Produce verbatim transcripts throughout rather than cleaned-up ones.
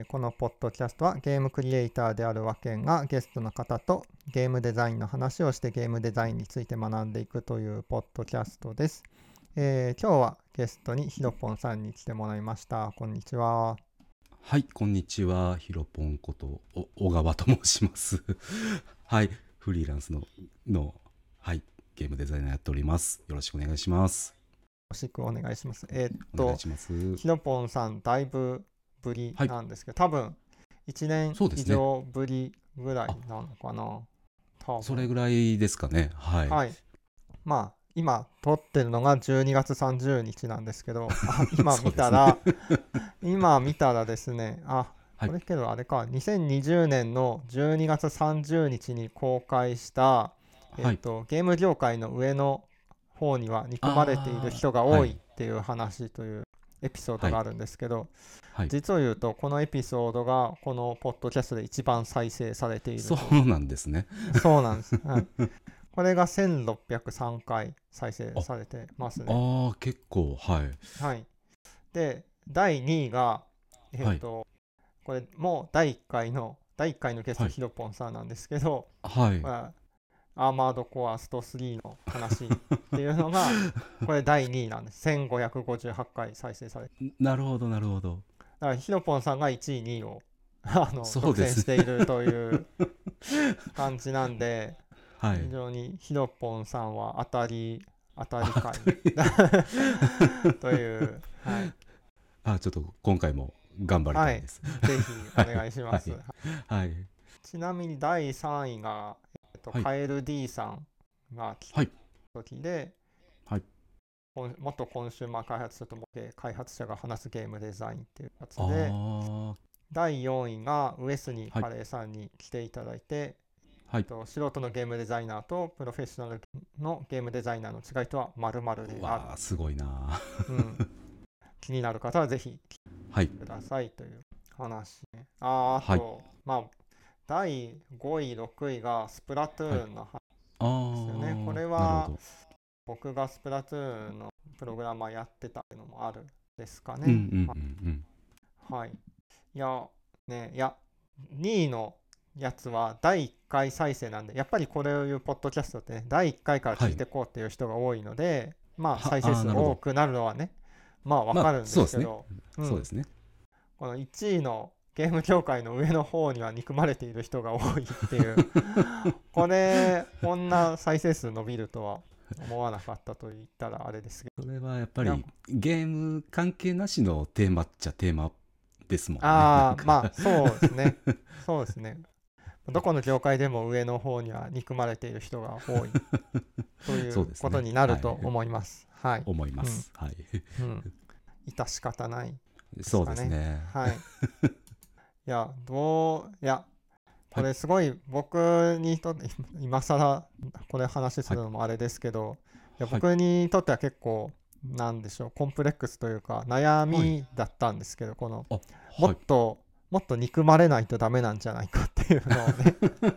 このポッドキャストはゲームクリエイターであるわけんがゲストの方とゲームデザインの話をしてゲームデザインについて学んでいくというポッドキャストです。えー今日はゲストにひろぽんさんに来てもらいました。こんにちは。 はい、こんにちは。ひろぽんことお小川と申します。はい、フリーランスのの、はい、ゲームデザイナーやっております。よろしくお願いします。 よろしくお願いします。えーっお願いと、 します。 ひろぽんさんだいぶぶりはい、 なんですけど、多分いちねん以そうですね。 上ぶりぐらいあ、 なのかな。多分。 それぐらいですかね。はい。 はい。まあ、今撮ってるのがじゅうにがつさんじゅうにちなんですけど、あ、今そうですね。 見たら、今見たらですね、あ、 はい、 これけどあれか、にせんにじゅうねんのじゅうにがつさんじゅうにちに公開した、えっはい。 と、ゲーム業界の上の方には憎まれているああ、 人が多いっはい、 ていう話というエピソードはい、 があるんですけど、 はい。 実を言うと、このエピソードがこのポッドキャストで一番再生されているそという。 うなんですね。 そうなんです。はい。これがせんろっぴゃくさんかい再生あ、 されてますね。 ああ、結構、はい、 はい。で、だいにいが、えっはい、 と、これもだいいっかいの、だいいっかいのゲストはい、 ヒロポンさんなんですけど、 はい。 まあ、アーマードコアストスリーの話っていうのが、これだいにいなんです。せんごひゃくごじゅうはちかい再生されて。 なるほど、なるほど。 だからヒロポンさんがいちい、にいをあの独占そうですね。 しているという感じなんで、 はい。 非常にヒロポンさんは当たり、当たりあ、 会という、はい。 あ、ちょっと今回も頑張りたはい。 いです。 ぜひお願いします。 はい。はい。 ちなみにだいさんいが、えっと、 はい。 カエル D さんが来たはい。 時で、 はい。 コン元コンシューマー開発者と開発者が話すゲームデザインっていうやつあで、 あ。 だいよんいが上杉はい。 カレーさんに来ていただいて、 はい。 と素人のゲームデザイナーとプロフェッショナルのゲームデザイナーの違いとは〇〇である。 わあ、すごいな。 うん。気になる方はぜひ聞いはい。 てくださいという話ね。あー、あはい。 と、まあ、だいごい、ろくいがスプラトはい。 ゥーンの話あですよね。これあ、なるほはど。 僕がスプラトゥーンのプログラマーやってたのもあるですかうんうんうね。 んはい。いや、ね、いや、にいのやつはだいいっかい再生なんで、やっぱりこれを言うポッドキャストってね、だいいっかいからはい。 聞いてこうっていう人が多いので、まあは、 再生ああ、なるほど。 数多くなるのはね、まあわまあ、 かるんでそうですね。 すけど、うん、 そうですね。 このいちいのゲーム業界の上の方には憎まれている人が多いっていう、これ、こんな再生数伸びるとは思わなかったと言ったらあれですけそれはやっぱど、いや、 りゲーム関係なしのテーマっちゃテーマですもんね。なんああ、まあかそうですね。そうですね。どこの業界でも上の方には憎まれている人が多いというそうですね。 ことになるはい。 と思います。はい。 思いまうん。 す。はい。 うん。致し方ないですそうかね。 ですね。 はい。いや、どう、いや、こはい。 れすごい僕にとって今更これ話すはい。 るのもあれですけど、いやはい。 僕にとっては結構なんでしょう、コンプレックスというか悩はい。 みだったんですけど、このあ、 もはい。 っともっと憎まれないとダメなんじゃないかっていうのをね、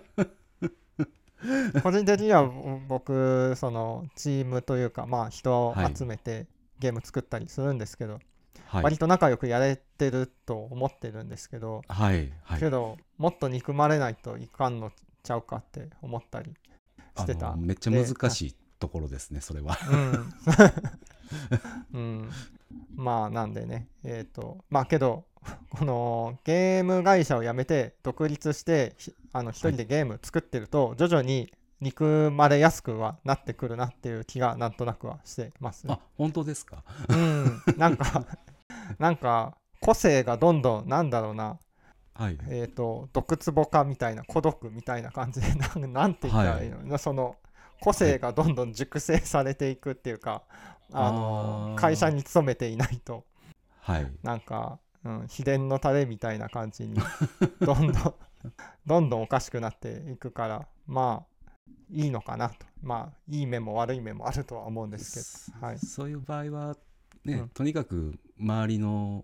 個人的には僕そのチームというかまあ人をはい。 集めてゲーム作ったりするんですけど、 はい。 割と仲良くやれてると思ってるんですけど、 はい。はい。 けどもっと憎まれないといかんのちゃうかって思ったりしあの、 てためっちゃ難で、はい、 しいところですね、それは。 うん、うん、まあなんでね、えっとまあけどこのゲーム会社を辞めて独立してひあの一はい。 人でゲーム作ってると徐々に憎まれやすくはなってくるなっていう気がなんとなくはしてますね。 あ、本当ですか。 うん、なんかなんか個性がどんどんなんだろうな、 はい。 えっと毒壺化みたいな孤独みたいな感じでなんなんて言ったらいいはい。 の、その個はい。 性がどんどん熟成されていくっていうか、あの会社あに勤めていないとあ、はい。 なんか、うん、秘伝のタレみたいな感じにどんどんどんどんおかしくなっていくから、まあいいのかなと、まあいい面も悪い面もあるとは思うんですけど、 そはい、 そういう場合はね、 うん、 とにかく周りの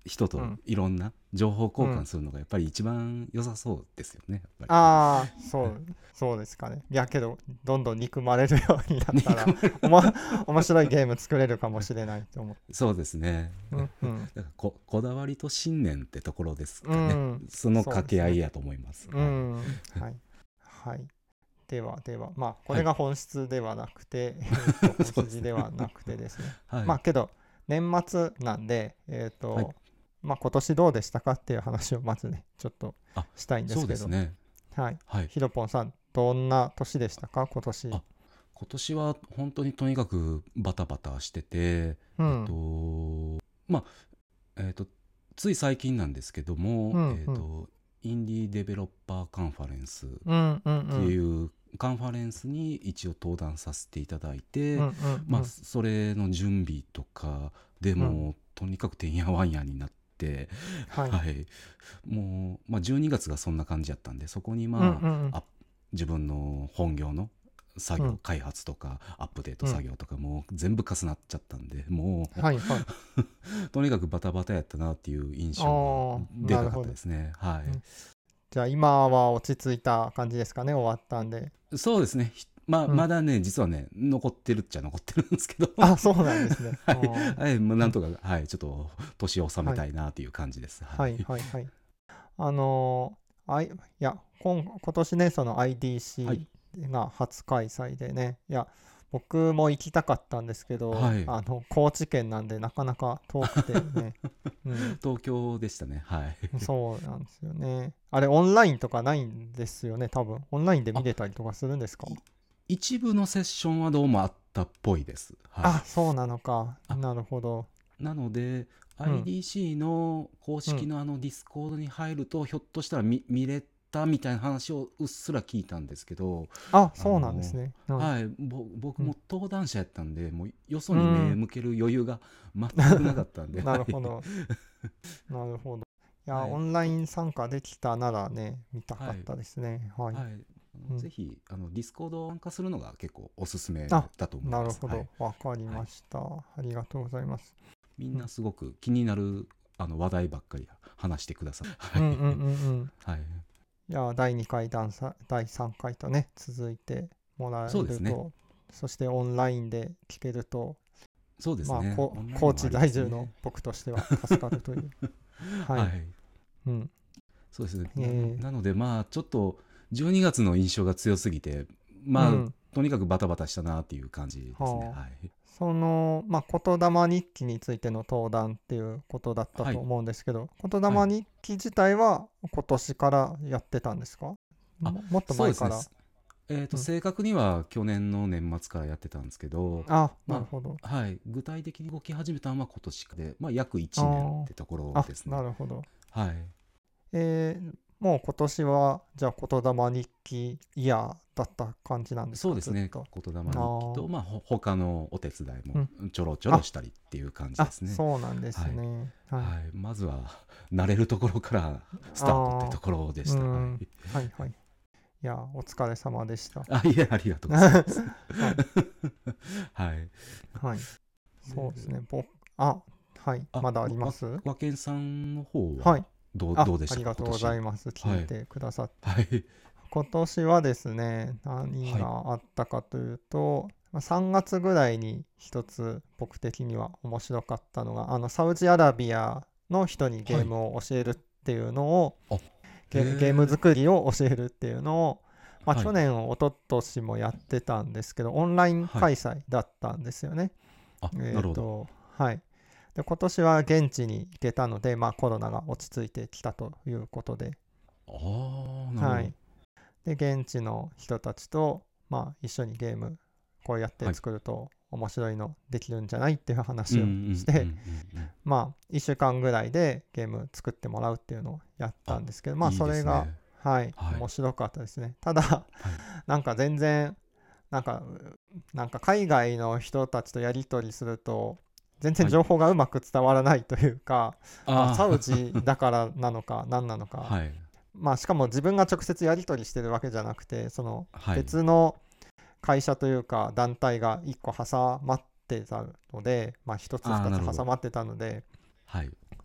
人とうんいろんな情報交換するのがやっぱり一番良さそうですよね、やっぱり。 ああ、そう、そうですかね。いやけど、どんどん憎まれるようになったら、 憎まれおも面白いゲーム作れるかもしれないと思って。 そうですね。 うんうんだからこ、こだわりと信念ってところですかね。 うんその掛け合いやと思います。はいうん、はい。はい。ではでは、まあ、こはいれが本質ではなくて、えーとそうですね本筋ではなくてですね。 はいまあ、けど、年末なんで、えっ、と、 はいまあ、今年どうでしたかっていう話をまずね、ちょっとあしたいんでそすけど、 うですね。 はい。 はい。 ひろぽんさん、どんな年でしたか、今年。 あ今年は本当にとにかくバタバタしてて、 うんえっとまあえっとつい最近なんですけども、 うんえっとインディーデベロッパーカンファレンスっうんうんてうんいうカンファレンスに一応登壇させていただいて、 うんうんまあそれの準備とかでも、 うんとにかくてんやわんやになってはいはいもう、まあ、じゅうにがつがそんな感じやったんで、そこにまあ、 うんうんうんあ自分の本業の作業、 うん開発とかアップデートうん作業とかもう全部重なっちゃったんで、もう、 はいはいとにかくバタバタやったなっていう印象があーでかかなるほどったですね。はうんじゃあ今は落ち着いた感じですかね、終わったんで。 い、そうですね。ひまあ、 うんまだね実はね残ってるっちゃ残ってるんですけどあ、そうなんですね。 はい、 あーはい、まあなんとか、はい、ちょっと年を収めたいなっていう感じです。 はいはいはい。あのーあい、いや、今、今年ね、そのはアイディーシいー が初開催でね、いや、僕も行きたかったんですけど、 はいあの、高知県なんでなかなか遠くてね、うん、 東京でしたね。はいそうなんですよね。あれ、オンラインとかないんですよね、多分。オンラインで見あれたりとかするんですか？ 一部のセッションはどうもあったっぽいです。はいあ、そうなのか。 あなるほど。 なので、 うんアイディーシー の公式のあのディスコードに入ると、ひょっとしたら見見れたみたいな話をうっすら聞いたんですけど、 あ、そうなんですね。うんはい、ぼ僕もうん登壇者やったんで、もうよそに目向ける余裕が全くなかったんで、 なるほど。なるほど。いや、 はいオンライン参加できたならね、見たかったですね。はい。 はい、はいあのうんぜひあのディスコード参加するのが結構おすすめあだと思います。 なるほど。 はいわかりました。ありがとうございます。 みんなすごく気になるあの話題ばっかり話してください。はいうんうんうんうん。 はいいや、だいにかいだんさ、だいさんかいとね、続いてもらえると、 そうですねそしてオンラインで聞けると、まあ、 そうですね。 こオンラインも高知ありですね在住の僕としては助かるという。はい。 はいうん。 そうですね、 えーなのなのでまあちょっとじゅうにがつの印象が強すぎてまあ、 うんとにかくバタバタしたなっていう感じですね。 はあはいその、まあ、言霊日記についての登壇っていうことだったと思うんですけど、言霊日記自体は今年からやってたんですか？ あももっとそうですね前から。 えーとうん正確には去年の年末からやってたんですけど、 あ、 まあなるほど。 はい、具体的に動き始めたのは今年で、まあ、約いちねんってところあ、 ですね。 なるほど。 はい、 えーもう今年は、じゃあ言霊日記イヤーだった感じなんですか？ そうですねずっと言霊日記とまあ、ほ他のお手伝いもちょろちょあろしたりっていう感じあ、 ですね。 そうなんですね。 ははいい、まずは慣れるところからスタートってところでした。はうんい、 はいはい。いや、お疲れ様でした。 あいえありがとうございます。 はい。 はい、 はい。そうですね。僕、あ、はい。 あまだあります？ わ和健さんの方ははい。 どう,、 あ、 どうでしたか？ ありがとうございます。 今年聞いてくださって。 はい今年はですね、何があったかというと、まあさんがつぐらいに一つ僕的には面白かったのが、あのサウジアラビアの人にゲームを教えるっていうのを、 あゲへーゲーム作りを教えるっていうのを、まあ、 はい去年、一昨年もやってたんですけど、オンライン開催だったんですよね。 あえーなるほど。 とはい、で今年は現地に行けたので、まあ、コロナが落ち着いてきたということで、 ああなるほど。 はい、で現地の人たちと、まあ、一緒にゲームこうやって作ると面白いのできるんじゃないっていう話をして、 うんうんうんうんまあいっしゅうかんぐらいでゲーム作ってもらうっていうのをやったんですけど、まあいいですねそれがはい、 はい面白かったですね。ただ、なんか全然なんかなんか海外の人たちとやり取りすると全然情報がうまく伝わらないというか、まああーサウジだからなのか何なのか、 はいまあしかも自分が直接やり取りしてるわけじゃなくて、そのはい別の会社というか団体がいっこ挟まってたので、まあひとつ2 あーなるほどつ挟まってたので、 はい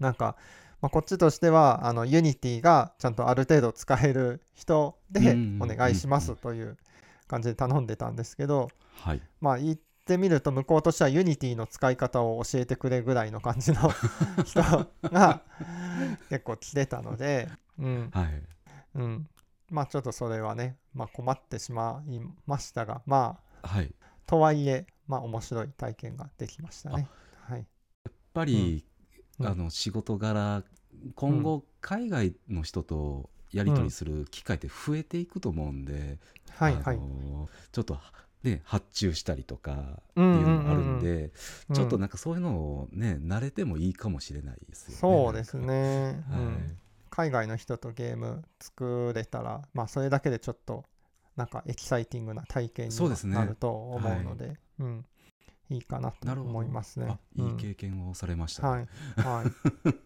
なんか、まあ、こっちとしてはあの Unity がちゃんとある程度使える人でお願いしますという感じで頼んでたんですけど、 はい。 まあ言ってみると向こうとしては Unity の使い方を教えてくれぐらいの感じの人が結構来てたので、うんはい。 うん、まあちょっとそれはね、まあ、困ってしまいましたが、まあはい。やっとはいえ、まあ面白い体験ができましたね。はい。 ぱうんり、 うんあの仕事柄、 うん今後海外の人とやり取りうんする機会って増えていくと思うんで、あはいはい。 のちょっとね、発注したりとかっていううんうんのもあるんうんで、 うん。 ちょっとうんなんかそういうのをね、慣れてもいいかもしれないですよね、 そうですなんか。 ね。うはん。海外の人とゲーム作れたら、まあそれだけでちょっとなんかエキサイティングな体い。 験にそうではなるすね。 とはい。 思うので、うん。いいかなと思いなるほど。あ、 ますね。ういいん。 経験をされましたね。 はい。はい。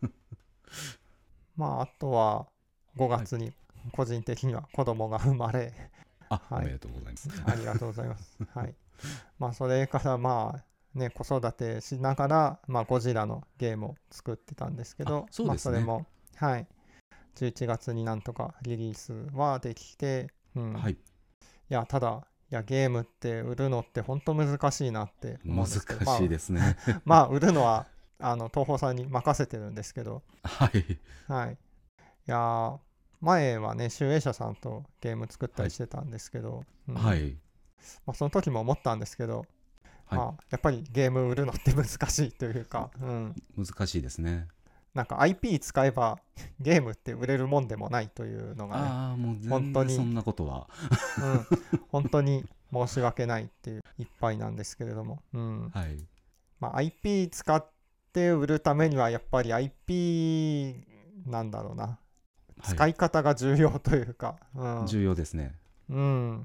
まああとは5 はい。 月に個人的には子供が生まれ、 あ、おはい。 めでとうございます。 ありがとうございます。はい。まあそれからまあね、子育てしながら、まあゴジラのゲームを作ってたんですけあ、 ど、まあそうですね。 それも、はい。じゅういちがつになんとかリリースはできて、うん。 はい。 いや、ただ、いや、ゲームって売るのって本当難しいなって思難うんですけど、 しいまですね。 あ、まあ、売るのは、あの、東宝さんに任せてるんですけど、 はい。 はい。いやー、前はね、集英社さんとゲーム作ったはい。 りしてたんですけど、うん。 はい。 まあ、その時も思ったんですけど、 はい。 まあ、やっぱりゲーム売るのって難しいというか、うん。 難しいですね。 なんか アイピー 使えばゲームって売れるもんでもないというのがね、 ああ、もう本当に全然そんなことは。 うん、本当に申し訳ないっていういっぱいなんですけれども、うん。 はい。 まあ、アイピー 使って売るためにはやっぱり アイピー なんだろうな、 はい。 使い方が重要というか、うん。 重要ですね。 うん。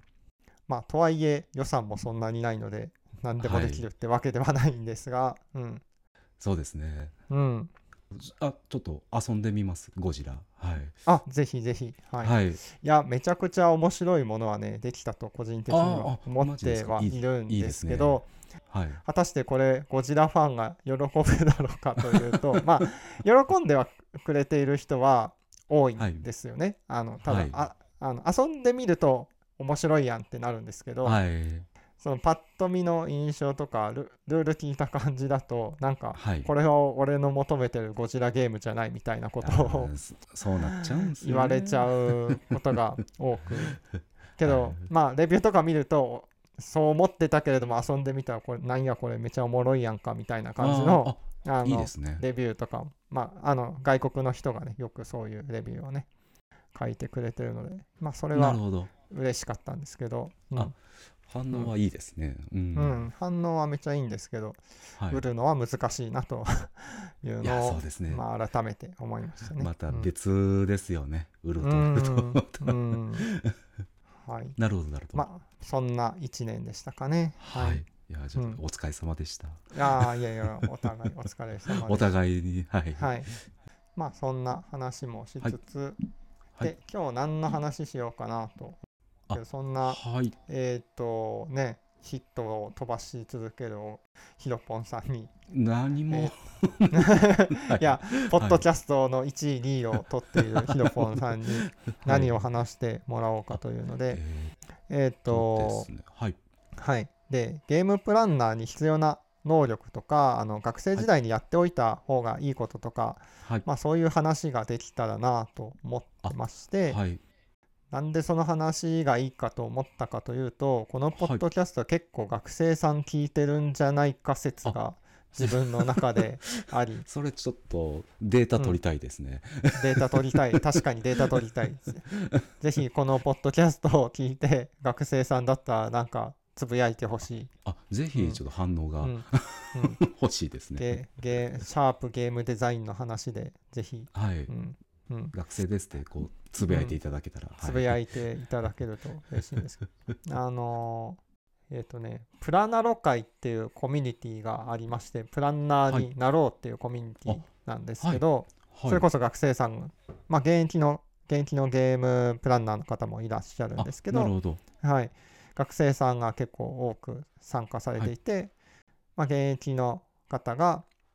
まあ、とはいえ予算もそんなにないので、何でもはい。 できるってわけではないんですが、うん。 そうですね。 うん。 あ、ちょっと遊んでみます。ゴジラ。はい。 あ、ぜひぜひ、はい。いはい。 や、めちゃくちゃ面白いものはね、できたと個人的にはあーあ、 思っマジですか。いい、 てはいるんいいでですね。 すけど、 はい。 果たしてこれゴジラファンが喜ぶだろうかというとまあ喜んではくれている人は多いんはい。 ですよね。あのたはい。 だああの遊んでみると面白いやんってなるんですけど、 はい。 そのパッと見の印象とかル、ルール聞いた感じだとなんかはい。 これは俺の求めてるゴジラゲームじゃないみたいなことをあーそそうなっちゃうんです言よね。 われちゃうことが多く、けはい。 どまあレビューとか見るとそう思ってたけれども遊んでみたらこれなんやこれめちゃおもろいやんかみたいな感じああ、 のあ、いいであのすね。 レビューとか、まああの外国の人がねよくそういうレビューをね書いてくれてるので、まあそれはなるほど。 嬉しかったんですけど、うあ、 んうん反応はいいですね。ううん。 ん、反応はめちゃいいんですけどはい。 売るのは難しいなといういや、 のをそうですね。 まあ改めて思いましたね。 またうん別ですよね。売るうとなると。 んうんはい。 なるほど、なるほど。 まあそんないちねんでしたかね。はい。 はい。いや、ちょっとうん。 お疲れ様でした。 ああ、いやいや、お互いお疲れ様おでした。 互いに、はい。 はい。まあ、そんな話もしはい。 つつ、 はい。 で、今日何の話しようかなと。けあ、 ど、そんな、 はい。 えっと、ね、ヒットを飛ばし続けるヒロポンさんに、 何もえーはいや、 い。 ポッはい。 ドキャストのいちい、にいを取っているヒロポンさんにはい。 何を話してもらおうかあ、 というので、 えーっえっとでと、 すね。はい。 はい。で、ゲームプランナーに必要な能力とか、あの学生はい。 時代にやっておいた方がいいこととか、 はい。 まあそういう話ができたらなと思ってあ、 まして、 はい。 なんでその話がいいかと思ったかというと、このポッはい。 ドキャストは結構学生さん聞いてるんじゃないか説あ、 が自分の中であり、 それちょっとデータうん、 取りたいですね。 データ取りたい。確かにデータ取りたい。ぜひこのポッドキャストを聞いて、学生さんだったらなんかつぶやいてほしい。 あ、ぜうん、 ひちょっと反応がうん、うん。 欲しいですね。 ゲゲシャープゲームデザインの話でぜひ、 はい。 うん、うん、 学生ですってこうつぶやいていうん、 ただけたら、はい。 つぶやいていただけると嬉しいんですけど、あのー、えっ、ー、とね、プラナロ会っていうコミュニティがありまして、プランナーはい。 になろうっていうコミュニテあ、 ィなんですはい。 けど、そはい。 れこそ学生さん、まあ現役の、現役のゲームプランナーの方もいらっしゃるんあ、 ですけど、 なるほど。 はい、学生さんが結構多く参加されはい。 ていて、まあ、現役の方が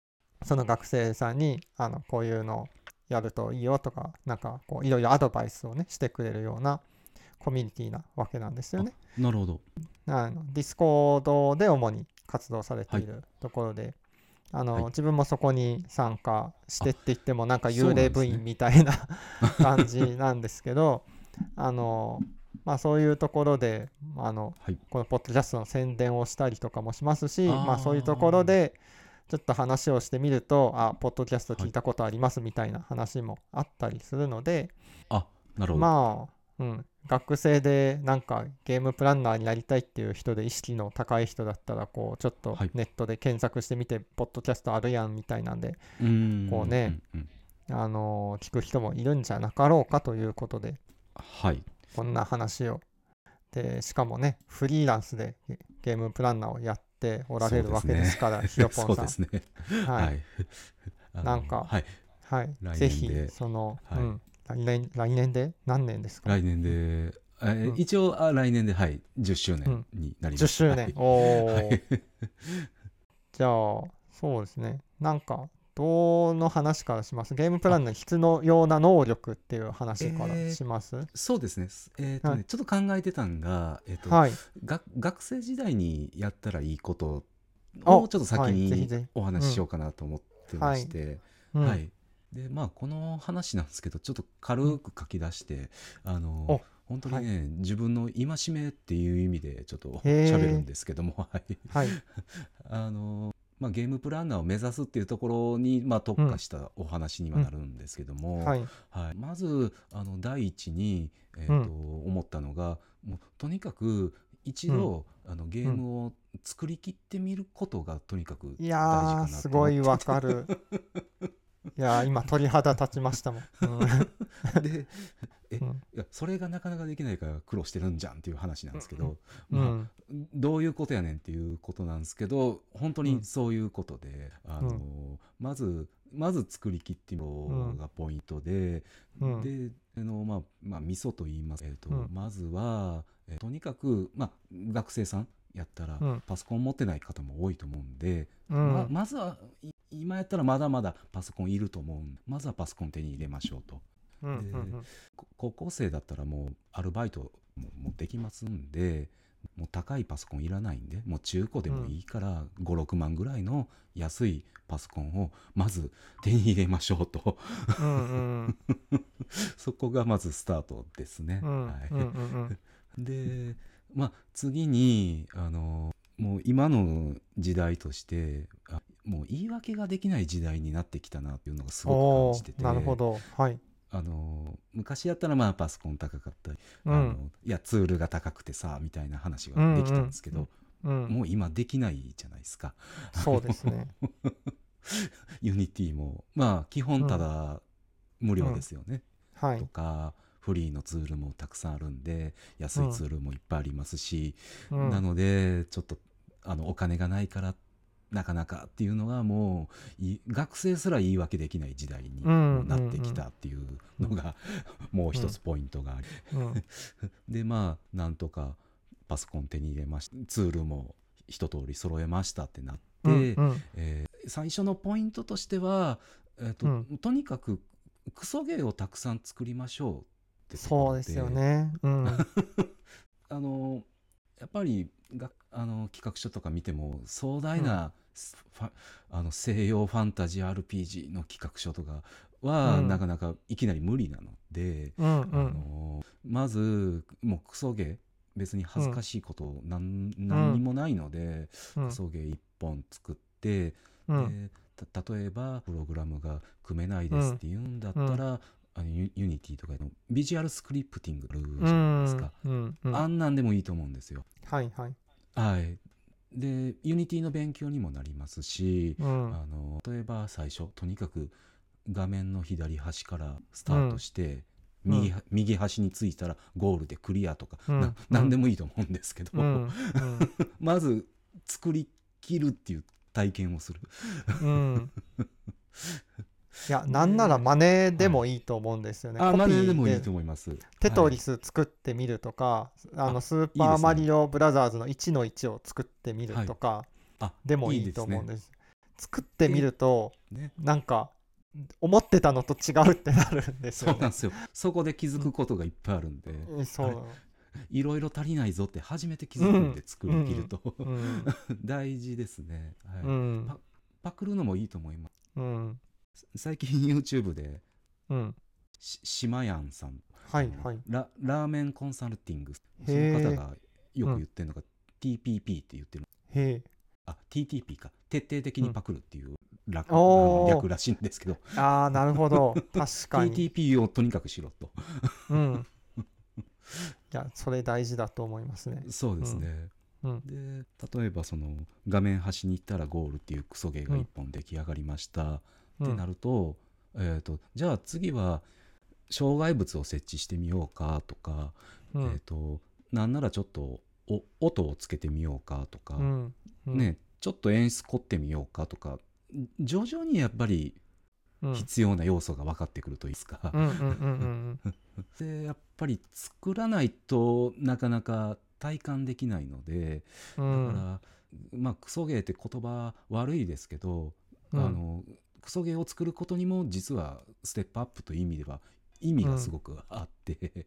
その学生さんにあのこういうのやるといいよとか、なんかこういろいろアドバイスをねしてくれるようなコミュニティなわけなんですよね。 なるほど。 あのディスコードで主に活動されてはいいるところで、あのはい。 自分もそこに参加してっあ、 て言ってもなんかそう幽霊部なんですね。 員みたいな感じなんですけど、あのまあそういうところであのはい。 このポッドキャストの宣伝をしたりとかもしますし、まあそういうところあでちょっと話をしてみると、あ、ポッドキャストあ、はい。 聞いたことありますみたいな話もあったりするので、 あ、なるほど。 まあ、うん、学生でなんかゲームプランナーになりたいっていう人で意識の高い人だったら、こうちょっとはい。 ネットで検索してみて、ポッドキャストあるやんみたいなんで、 うーん、うこうね、 ん、うん。 あのー聞く人もいるんじゃなかろうかということで、 はい。 こんな話を。で、しかもね、フリーランスでゲゲームプランナーをやっておらそれるわうですね。 けですから、ひろぽんさん。 そうですね。 はい。 はい。あの、 なんか、 はい。 はい。 来ぜひ、 年で、 その、うはい。 ん、来年、来年で何年ですか？ 来年うん、 で、えうん、 一応、あ、来年で、はい、じゅっしゅうねんうん。 になり 10 ます。 周年。 はい。はおー。 い。 じゃあ、そうですね。なんか、どの話からします？ゲームプラあ、 ンの必要な能力っていう話からえーします？ そうですね。すえっとはい。 ね、ちょっと考えてたんが、えっと、 はい。 が学生時代にやったらいいことをお、 ちょっと先はい。ぜひにぜひ。 お話ししようん。 うかなと思ってまはい。 して、 うん。 はい。で、まあ、この話なんですけど、ちょっとうん。 軽く書き出して、あの、 お、 本当にはい。 ね、自分の戒めっていう意味でちょっと喋るんへえ。 ですけども、はい。 はい。 あの、まあ、ゲームプランナーを目指すっていうところに、まあ、特うん。 化したお話にはうん。 なるんですけども、 はい。 はい、まずあの第一に、えーとうん。 思ったのが、もうとにかく一うん。 度あのゲうん。 ームを作り切ってみることがとにかくいやー、 大事かなすと思ってごいわかる。いやー、今鳥肌立ちましたもん。うん。 でえうん。 いやそれがなかなかできないから苦労してるんじゃんっていう話なんですけど、まあうん。 どういうことやねんっていうことなんですけど、本当うん。 にそういうことで、あのうん。 まずまず作り切ってみるのうん。 がポイントで、 うん。 であのまあまあ味噌と言います、えーとうん。 まずは、えーとにかく、まあ、学生さんやったらうん。 パソコン持ってない方も多いと思うんで、まうん。 まずはい今やったらまだまだパソコンいると思うんで、まずはパソコン手に入れましょうと。 うん。うでん。 こ高校生だったらもうアルバイトももうできますんで、もう高いパソコンいらないんで、もう中古でもうん。 いいからご、ろくまんぐらいの安いパソコンをまず手に入れましょうと。 うん。 そこがまずスタートですね。 うん。 はうん。うい。 ん。 で、まあ次にあのもう今の時代としてあもう言い訳ができない時代になってきたなっていうのがすごく感じおー、なるほてて、 ど。はい。 あの昔やったらまあパソコン高かったり、あのうん。 いやツールが高くてさみたいな話うん。 ができたんうん。 ですけど、 うん。 もう今できないじゃないですか。あそうですのね。 ユニティもまあ基本たうん。 だ無料でうん。 すよね。 はい。 とかフリーのツールもたくさんあるんで、安いツうん。 ールもいっぱいありますし、 うん。 なのでちょっとあのお金がないからなかなかっていうのがもうい学生すら言い訳できない時代にうん。うもうなってきたん。 っていううん。 のがもううん。 一つポイントがあり、 うん。 でまあなんとかパソコン手に入れました、ツールも一通り揃えましたってなっうん。 て、 うん。 えー最初のポイントとしては、えーとうん。 とにかくクソゲーをたくさん作りましょうってとこそうですよろで、 ね。うん。 あのやっぱりがあの企画書とか見ても壮うん。 大なファあの西洋ファンタジー アールピージー の企画書とかはなうん。 かなかいきなり無理なので、 うん。うあん。 のまずもうクソゲー別にうん。 恥ずかしいことなんうん。 何にもないので、 うん。 クソゲーいっぽん作って、 うん。 でた例えばプログラムが組めないうん。 ですって言うんだっうん。 たら、あのユユニティとかのビジュアルスクリプティングあるうじゃないですん。 か。 うん。うん。 あんなんでもいいと思うんですよ。 はいはい。 はい。で、ユニティの勉強にもなりますし、 うん。 あの例えば最初とにかく画面の左端からスタートうん。 して右うん。 右端についたらゴールでクリアとかなうん。うん。 何でもいいと思うんですけど、 うん。うん。 まず作り切るっていう体験をする。 うん。いや、なんならで、 真似ではい。 もいいと思うんですよね。 あ、 コ真似でもいいピーでと思います。 テトリはい。 ス作ってみるとか、ああ、 のスーいいですね。 パーマリオブラザーズのいちのいちを作ってみるはい。 とかあ、 でもいいといいですね。 思うんです。 作ってみるとね、 なんか思ってたのと違うってなるんですよね。 そうなんですよ。そこで気づくことがいっぱいあるんで、 うん、そう、 いろいろ足りないぞって初めて気うづくんで、 ん作り切ると、 うんうん大事ですね、はい。 うんパ、パクるのもいいと思います。 うん最近 YouTube でうんし島やんさん、あのはいはい。 ラ、ラーメンコンサルティング、 へその方えがよく言ってるのが ティーピーピー って言ってる、 へえあ ティーティーピー か、徹底的うんにパクるっていう略、あのおー略らしいんですけど、 あーなるほど確かにティーティーピー をとにかくしろと。 うんいやそれ大事だと思いますね。 そうですうんね。 うんで例えばその画面端に行ったらゴールっていうクソゲーがいっぽん出来上がりました、ってうんなると、えーとじゃあ次は障害物を設置してみようかとか、 うんえーとなんならちょっとお音をつけてみようかとか、 うんうんね、ちょっと演出凝ってみようかとか、徐々にやっぱりうん必要な要素が分かってくるといいですか、 うんうんうんうんでやっぱり作らないとなかなか体感できないので、 うんだからまあクソゲーって言葉悪いですけど、 うんあのクソゲーを作ることにも実はステップアップという意味では意味がすごくあって、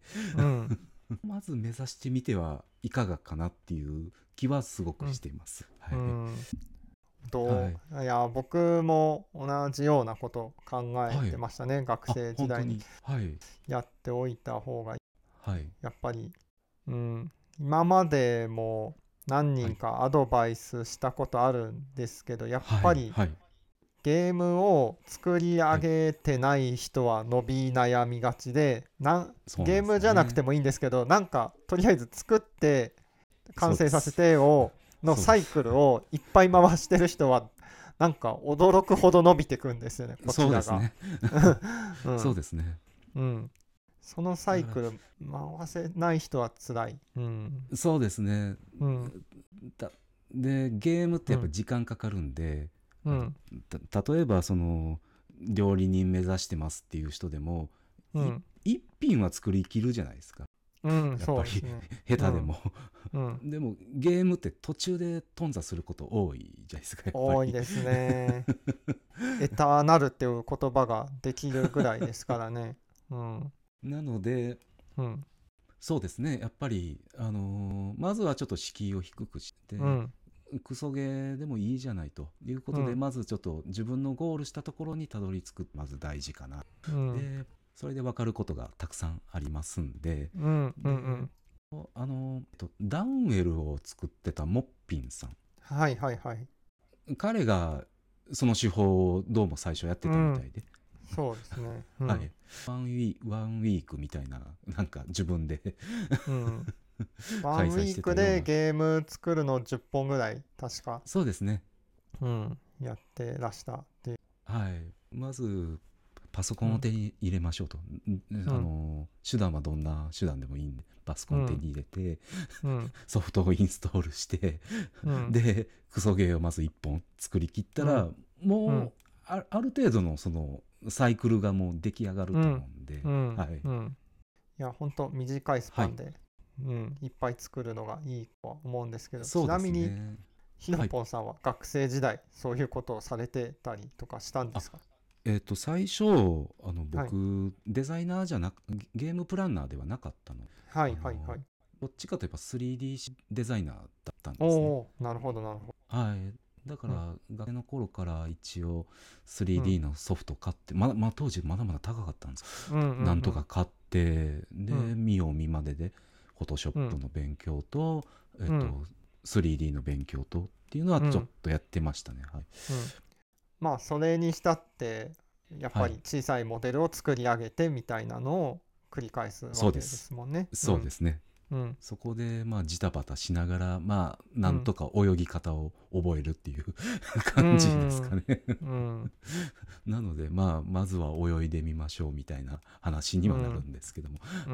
うんまず目指してみてはいかがかなっていう気はすごくしています。はい、 うんと、 はいいや僕も同じようなこと考はいえてましたね、学あ生時代に本当にはいやっておいた方がいい。 はいやっぱり、うん、今までも何人かアドバイスしたことあるんですけど、やっぱりはいゲームを作り上げてない人は伸び悩みがちで、なんそうなんですよねゲームじゃなくてもいいんですけど、なんかとりあえず作って完成させてをのサイクルをいっぱい回してる人はなんか驚くほど伸びてくんですよね、こちらが。 そうですねうんそうですねうんそのサイクル回せない人は辛い。うんそうですねうんだでゲームってやっぱ時間かかるんで、 うんた例えばその料理人目指してますっていう人でも、 うんい一品は作りきるじゃないですか、 うんやっぱりそうですね。 下手でも、 うんでもゲームって途中で頓挫すること多いじゃないですか、やっぱり多いですね。エターナルっていう言葉ができるぐらいですからね。うんなのでうんそうですね、やっぱり、あのーまずはちょっと敷居を低くして、 うんクソゲーでもいいじゃないということで、 うんまずちょっと自分のゴールしたところにたどり着く、まず大事かな、 うんでそれで分かることがたくさんありますんで、 うんうんうんあの、えっと、ダウンウェルを作ってたモッピンさん、 はいはいはい彼がその手法をどうも最初やってたみたいで、 そうですね。うんはい、ワンウィークワンウィークみたいな、なんか自分でうんワンウィークでゲーム作るのじゅっぽんぐらい確か、 そうですね、 うん、やってらしたっていう。 はい、まずパソコンを手に入れましょうと、んあの手段はどんな手段でもいいんでパソコンを手に入れて、 うんソフトをインストールしてうんでクソゲーをまずいっぽん作りきったら、もう、 うんあ、ある程度のそのサイクルがもう出来上がると思うんで、 うんはいうんいや本当短いスパンで、うん、いっぱい作るのがいいとは思うんですけど、 そうですちなみにね。 ひろぽんさんは学生時代そういうことをされてたりとかしたんですか？ えっと最初あの僕、デザイナーじゃなくゲームプランナーではなかったの、 はいはいはいどっちかといえば スリーディー デザイナーだったんですおね。 おーなるほどなるほはいだから、学生の頃から一応 スリーディー のソフト買って、まだまあ、当時まだまだ高かったんですよ、 ど、うんうんうん、 なんとか買ってで、 うん見よう見まねでフォトショップの勉強と、えっとうんスリーディー の勉強とっていうのはちょっとやってましたね、はいうん、まあそれにしたってやっぱり小さいモデルを作り上げてみたいなのを繰り返すわけですもんね。 そうですね、 うんそこでまあジタバタしながらまあなんとか泳ぎ方を覚えるっていう感じですかね、 うんなのでまあまずは泳いでみましょうみたいな話にはなるんですけども、 うん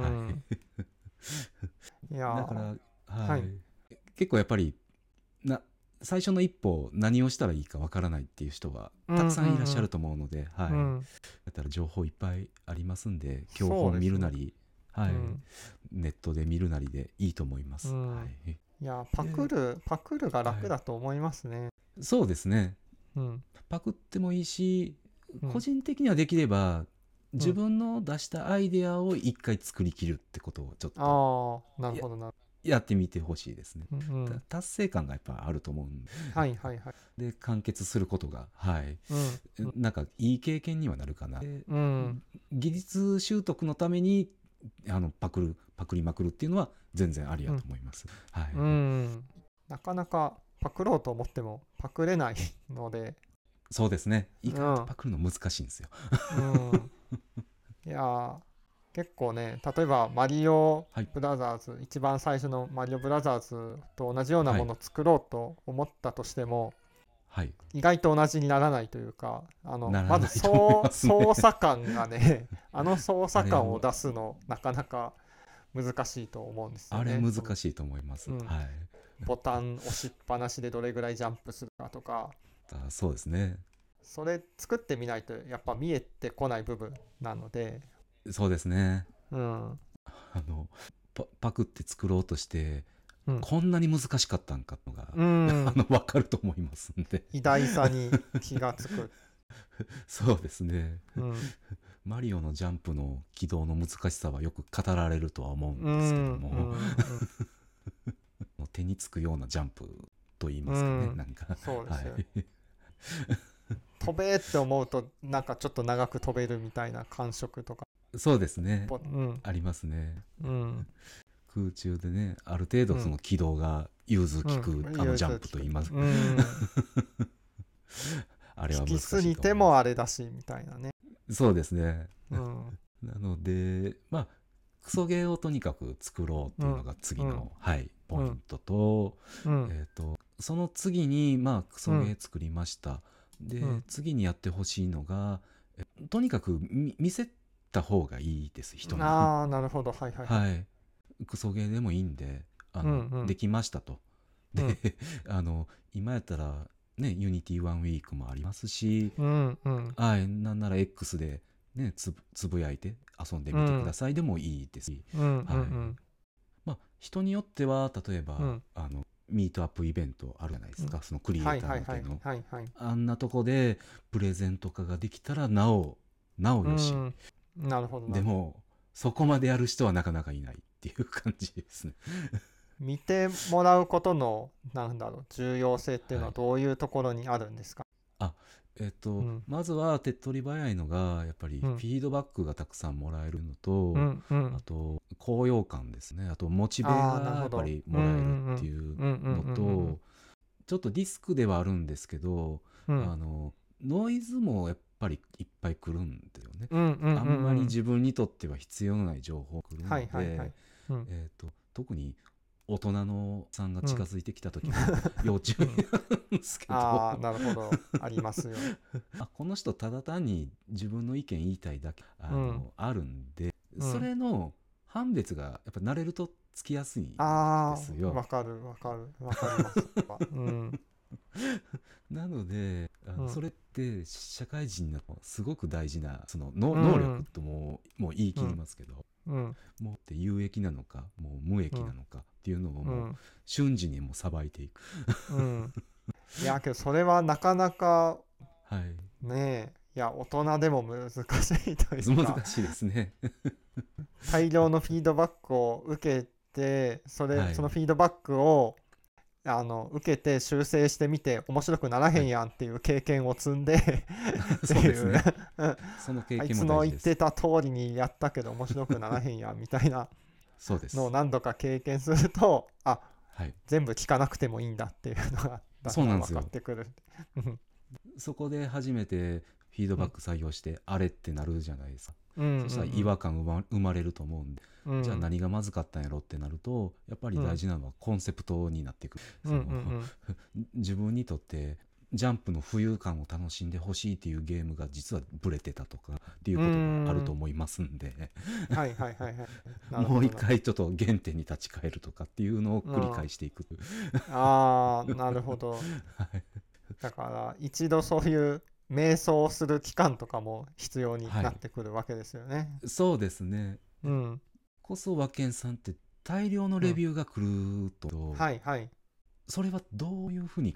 はいいやーだから、はいはい結構やっぱりな最初の一歩何をしたらいいかわからないっていう人はたくさんいらっしゃると思うので、はいうんだったら情報いっぱいありますんで教そうですね本見るなり、はいうんネットで見るなりでいいと思います、 うんはい、 いやパクるパクるが楽だと思いますね。 そうですね、 うんパクってもいいし、 うん個人的にはできれば自分の出したアイデアを一回作りきるってことをちょっとああ、なるほどなるやってみてほしいですね。 ほど。うんうたん。 達成感がやっぱあると思うんはいはいはい。 で、完結することが、はいうんなんかいい経験にはなるかな。でうん技術習得のためにあのパクるパクりまくるっていうのは全然ありやと思います。はい、 うん。なかなかパクろうと思ってもパクれないので、 そうですね。意うん外とパクるの難しいんですよ。 うん。いやー、結構ね、例えばマリオはいブラザーズ、一番最初のマリオブラザーズと同じようなはいものを作ろうと思ったとしても、 はい意外と同じにならないというか、あのならまずないと思い操ますね。 操作感がね、あの操作感をあれを出すの、なかなか難しいと思うんですよあれね。 難しいと思います。 うんはい。 ボタン押しっぱなしでどれぐらいジャンプするかとか、 あそうですね。 それ作ってみないとやっぱ見えてこない部分なので、 そうですね。 うんあのパパクって作ろうとして、 うんこんなに難しかったんかのが、 うんあの分かると思いますんで。 偉大さに気がつく。 そうですね。 うんマリオのジャンプの起動の難しさはよく語られるとは思うんうんですけどうんも、手につくようなジャンプと言いますかね、 うんなんか、 そうですよ、 はい、 飛べって思うとなんかちょっと長く飛べるみたいな感触とか、 そうですね。 うんありますね。 うん空中でね、ある程度その軌道が融通きく、 うんあのジャンプと言いますか、 うんあれは引き難しいと思います。 すぎてもあれだしみたいなね。 そうですね。 うんなのでまあクソゲーをとにかく作ろうっていうのが次の、 うんはいポイントと、 うんえー、とその次にまあクソゲー作りました、で、 うん次にやってほしいのがえとにかく見見せた方がいいです人に。 ああなるほど、はいはいはい、 はいクソゲーでもいいんであの、 うんうんできましたと。で、 うんあの今やったらねユニティワンウィークもありますし、 うんうんはいなんなら X でねつぶつぶやいて遊んでみてくださいでもいいですし、 うんうんはいうんまあ人によっては例えば、 うんあのミートアップイベントあるじゃないですか、 うんそのクリエイタはいはいはいー向けの、 はいはいあんなとこでプレゼント化ができたらなおなおよし、 うんなるほどなでもそこまでやる人はなかなかいないっていう感じですね。 見てもらうことのなんだろう重要性っていうのははいどういうところにあるんですか？ えっとうんまずは手っ取り早いのがやっぱりフうんィードバックがたくさんもらえるのと、 うんうんあと高揚感ですね、あとモチベあーなるほどがやっぱりもらえるっていううんうんうんのと、ちょっとリスクではあるんですけど、 うんあのノイズもやっぱりいっぱい来るんですよね。 うんうんうんうんあんまり自分にとっては必要のない情報が来るので、 はいはいはいうんえーと特に大人のさんが近づいてきた時は要注意なんですけど、 ああなるほどありますよ。 あこの人ただ単に自分の意見言いたいだけあの、 うんあるんで、 うんそれの判別がやっぱ慣れるとつきやすいんあですよ。 あわかるわかるわかります。うんなのであの、 うんそれって社会人になるとすごく大事なそののうん能力とももう言い切りますけど、 うんもうって有益なのかもう無益なのかっていうのをうもうん瞬時にもうさばいていく。 うんいやけどそれはなかなかはいねえいや大人でも難しいというか難しいですね。 大量のフィードバックを受けてそれ、 はいそのフィードバックをあの受けて修正してみて面白くならへんやんっていう経験を積んで、ってそういうですね。その経あい験つの言っても大事です。 た通りにやったけど面白くならへんやんみたいなそうです。 のを何度か経験するとあはい。 全部聞かなくてもいいんだっていうのがだんだん分そうなんですよかってくる。うんそこで初めてフィードバック採用して、あれってなるじゃないですか。 うんそしたら違和感生ま生まれると思うんで、 うんじゃあ何がまずかったんやろってなるとやっぱり大事なのはコンセプトになっていく、 うんうんうんその自分にとってジャンプの浮遊感を楽しんでほしいっていうゲームが実はブレてたとかっていうことがあると思いますんで、 はいはいはいはいなるほどもう一回ちょっと原点に立ち返るとかっていうのを繰り返していく、 ああなるほど。 はいだから一度そういう瞑想する期間とかも必要になってくるわけですよね。 そうですね。 うんこそ和健さんって大量のレビューが来ると、 はいはいそれはどういうふうにこう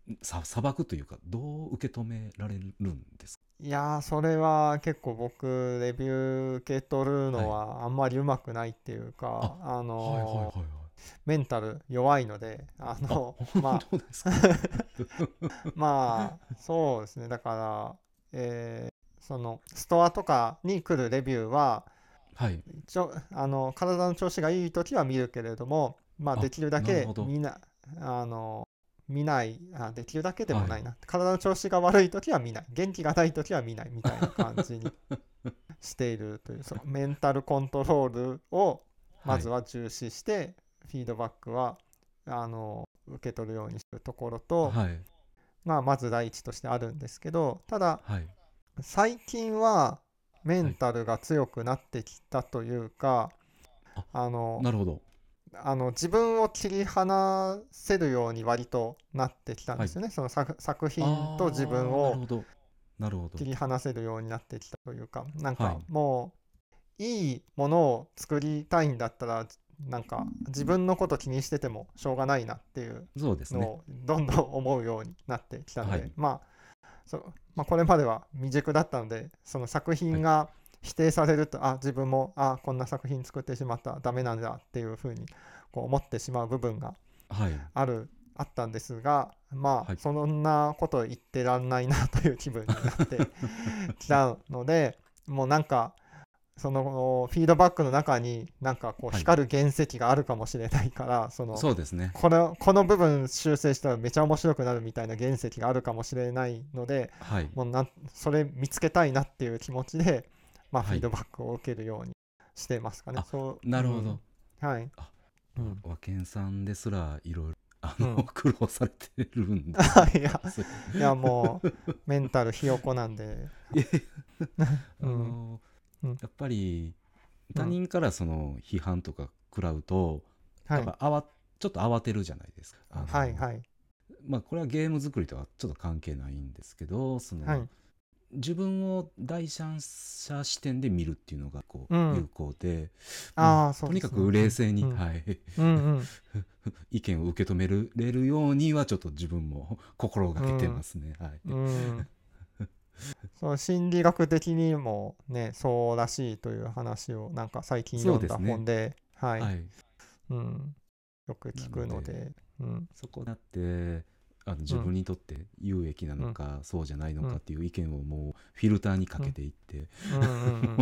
さ砂漠というかどう受け止められるんですか？ いやー、それは結構僕、レビュー受け取るのはい。 はあんまりうまくないっていうあ、 か、あはいはいはいのはい。 ーメンタル弱いので、ああ、 の、 本まあ、 当ですか？ まあ、そうですね。だから、えーその、ストアとかに来るレビューは、 はい。 一応、あの、体の調子がいい時は見るけれども、まあ、 あ、 できるだなるほど。 け見な、あの、見ない、あ、できるだけでもはい。 ないな。体の調子が悪い時は見ない。元気がない時は見ないみたいな感じにしているという、そう、メンタルコントロールをまはい。 ずは重視して、フィードバックは、あの、受け取るようにするところと、 はい。 まあ、まず第一としてあるんですけど、ただ、 はい。 最近はメはい。 ンタルが強くなってきたというか、 あ、 あの、 なるほど。 あの自分を切り離せるように割となってきたんはい。 ですよね。その作、作品と自分ああ、なるをほど。なるほど。 切り離せるようになってきたというか、なんかはい。 もういいものを作りたいんだったら、なんか自分のこと気にしててもしょうがないなっていうそうですね。 のをどんどん思うようになってきたので、 はい。 まあそう、まあ、これまでは未熟だったので、その作はい。 品が否定されると、あ、自分も、あ、こんな作品作ってしまった、ダメなんだっていうふうにこう思ってしまう部分がはい。 ある、あったんですが、まあ、 はい。 そんなこと言ってらんないなという気分になってきたので、もうなんか、そのフィードバックの中になんかこうはい。 光る原石があるかもしれないから、そのそうですね。 このこの部分修正したらめちゃ面白くなるみたいな原石があるかもしれないので、 はい。 もうなんそれ見つけたいなっていう気持ちで、まあ、フはい。 ィードバックを受けるようにしてますかね。 あ、 そう、うん。 なるほど。 はい。 あ、わうん。 和健さんですらいろいろあのうん。 苦労されてるんですね。 いや、 すごい。 いやもう、メンタルひよこなんで、 いえあうん。 のうん。 やっぱり他うん。 人からその批判とか食らうとはい。 やっぱあわちょっと慌てるじゃないですか。あのはいはい。 まあこれはゲーム作りとはちょっと関係ないんですけど、そのはい。 自分を第三者視点で見るっていうのがこう有うん。 効で、もうああ、そうですね。 とにかくうん。 冷静に、 うん。 はい、 うん意見を受け止めれるようにはちょっと自分も心がけてうん。 ますね。はい。 うん。うん。そう、心理学的にもね、そうらしいという話をなんか最近そう読んだですね。 本で、はい。 はい。 うん。よく聞くなのでので、うん。 そこだってあの自うん。 分にとって有益なうん。 のかそうじゃないのうん。 かっていう意見をもうフィルターにかうん。 けていって、 うん。うん。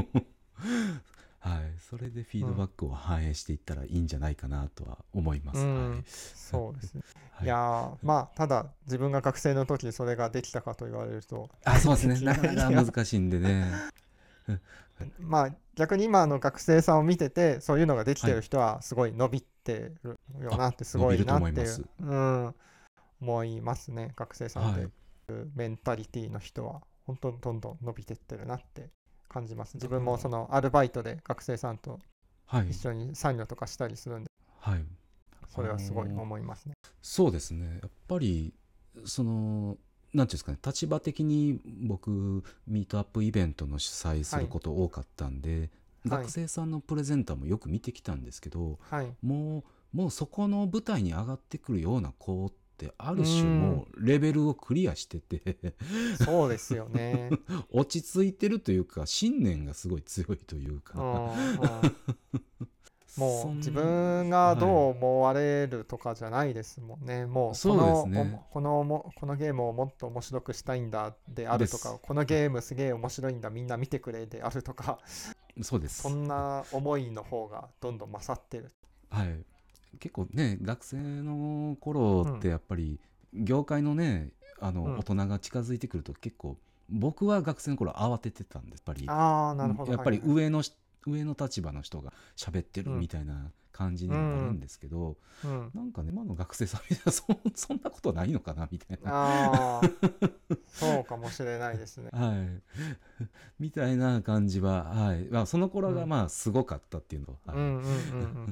はい、それでフィーうん。 ドバックを反映していったらいいんじゃないかなとは思います。はい。 うん。そうですね。いはい。 やー、まあ、ただ自分が学生の時それができたかと言われると、 あ、そうですね。 できななかなかいや、 難しいんでね。 まあ逆に今の学生さんを見ててそういうのができはい。 てる人はすごい伸びてるよあ、 なってすごい伸びるとなっていう、 思います。 うん、思いますね。学生さんではい。 メンタリティの人は本当にどんどん伸びてってるなって感じます。自だから、 分もそのアルバイトで学生さんとはい。 一緒に参与とかしたりするんで、 はい。あそれはすごいのー思いますね。 そうですね。やっぱり、その、なんていうんですかね、立場的に僕、ミートアップイベントの主催すはい、 ること多かったんで、 はい、 学生さんのプレゼンターもよく見てきたんですけど、 はい。 もう、もうそこの舞台に上がってくるような子ってあうーる種ん、 もうレベルをクリアしててそうですよね。 落ち着いてるというか信念がすごい強いといううかん、うん。もう自そん分がどうはい思われるとかじゃないですもんね。もうこそうですのおねこのもこのゲームをもっと面白くしたいんだであるとか、 ですこのゲームすげえ面白いんだみんな見てくれであるとか、 そうでそすんな思いの方がどんどん勝ってる。 はい結構ね学生の頃ってうん、 やっぱり業界のねあうん。 の大人が近づいてくると結構僕は学生の頃慌ててたんですやっぱりああ、なるほど。 やっぱりはいはい。 上のし上の立場の人が喋ってるうん、 みたいな感じうにはなるんん、 ですけどうん。 なんかね今の学生さんみたいなそそんなことないのかなみたいなああ、そうかもしれないですね。 はいみたいな感じは、はいまあ、その頃がうん、 まあすごかったっていうのは、はい、 うん、うん、うん、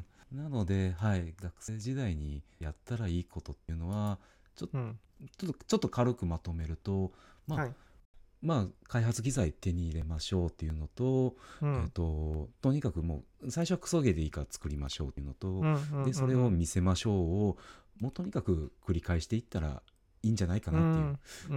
なので、はい、学生時代にやったらいいことっていうのはちょうん、うん。 ちょっとちょっと軽くまとめると、まあ、 はい。 まあ開発機材手に入れましょうっていうのと、えっうん、 と、とにかくもう最初はクソゲーでいいから作りましょうっていうのと、 うん、うん、うん、 でそれうん。 を見せましょうをもうとにかく繰り返していったらいいんじゃないかうなっていう。 ん、うん、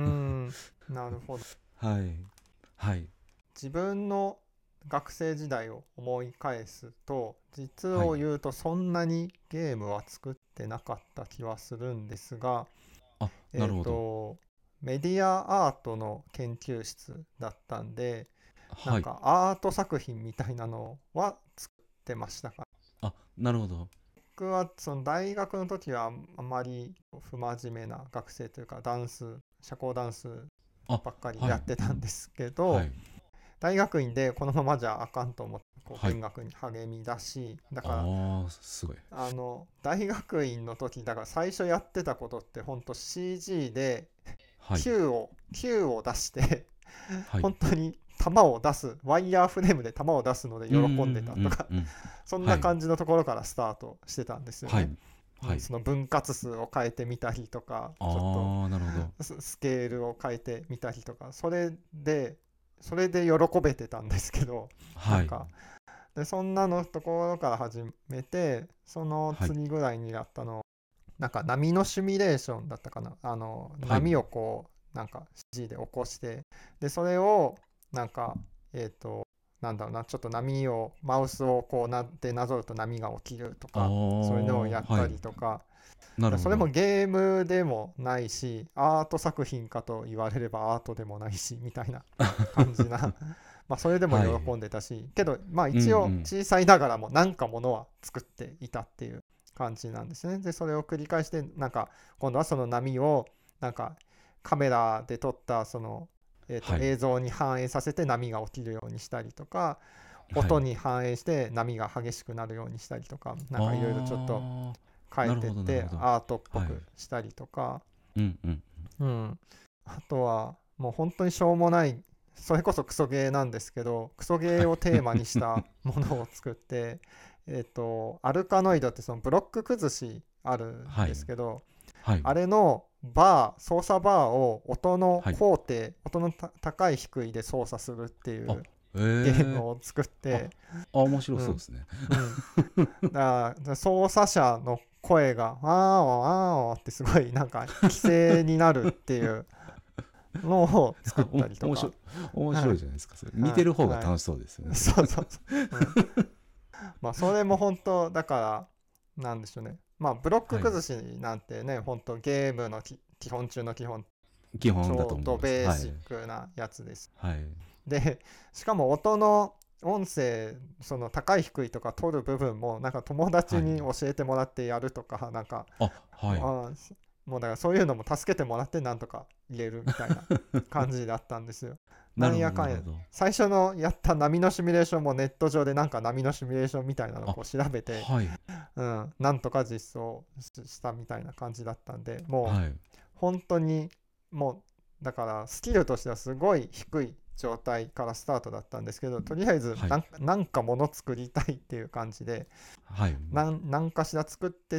なるほど。 はいはい自分の学生時代を思い返すと、実をはい。 言うとそんなにゲームは作ってなかった気はするんですが、 あ、なえっるほど。 と、メディアアートの研究室だったんで、なんはい。 かアート作品みたいなのは作ってましたか？ あ、なるほど。 僕はその大学の時はあまり不真面目な学生というか、ダンス、社交ダンスあ、 ばっかりはい。 やってたんですけど、 はい大学院でこのままじゃあかんと思ってこうはい。 勉学に励み出し、だからああ、すごい。 あの大学院の時だから最初やってたことって本当 シージー ではい Q を Q を出してはい。 本当に弾を出すワイヤーフレームで弾を出すのでうんう喜んでたとかんうん。 そんはい。 な感じのところからスタートしてたんですよね。 はいうん、 はい。 その分割数を変えてみたりとか、ちょっとああ、なるほど。 ススケールを変えてみたりとか、それでそれで喜べてたんですけど、なはいんかでそんなのところから始めて、そのはい次ぐらいにやったのなんか波のシミュレーションだったかな。あのはい。 波をこうなんか シージー で起こして、でそれをなんかえっ、となんだろうな、ちょっと波をマウスをこうなってなぞると波が起きるとあか、そういうのをあ、 やったはい。 りとか、 なるほど。 それもゲームでもないしアート作品かと言われればアートでもないしみたいな感じなまあそれでもはい。 喜んでたし、けどまあうんう一応ん。 小さいながらも何かものは作っていたっていう感じなんですね。でそれを繰り返してなんか今度はその波をなんかカメラで撮ったその、えー、とはい。 映像に反映させて波が起きるようにしたりとか、 はい。 音に反映して波が激しくなるようにしたりとか、なんかいろいろちょっとああ、 変えなるほどなるてってほど。 アートっぽはい。 くしたりとか、 うんうん。 うん、あとはもう本当にしょうもない、それこそクソゲーなんですけど、クソゲはい。 ーをテーマにしたものを作ってえっとアルカノイドってそのブロック崩しあるんはい。 ですけど、 はい。 あれのバー操作バーを音のはい。 高低音のた高い低いで操作するっていあ、 うえゲーえ。 ムを作っあ、 て、 あ、面白うんそうですね。 うんだから操作者の声が「あーおあーお」ってすごいなんか規制になるっていうのを作ったりとか、 お面白い、面はい白いじゃないですか。それ見てるはいはい、 方が楽しそうですよね、それ。 そうそうそう、うん、まあそれも本当だからなんでしょうね、まあブロックはい。 崩しなんてね本当ゲームのき基本中の基本、 基本だと超思います。 ドベーはい。 シックなやつです。 はい。 でしかも音の音声その高い低いとか取る部分もなんか友達はい。 に教えてもらってやるとか、なんかあ、はい。 あもうだからそういうのも助けてもらってなんとか入れるみたいな感じだったんですよ。ななるほど、 んやかんやなるほど。 最初のやった波のシミュレーションもネット上でなんか波のシミュレーションみたいなのをあ、 こう調べて、 はい。 うん、なんとか実装したみたいな感じだったんで、もうはい。 本当にもうだからスキルとしてはすごい低い状態からスタートだったんですけど、とりあえずはい。 なんなんかもの作りたいっていう感じではい。 何何かしら作ってって、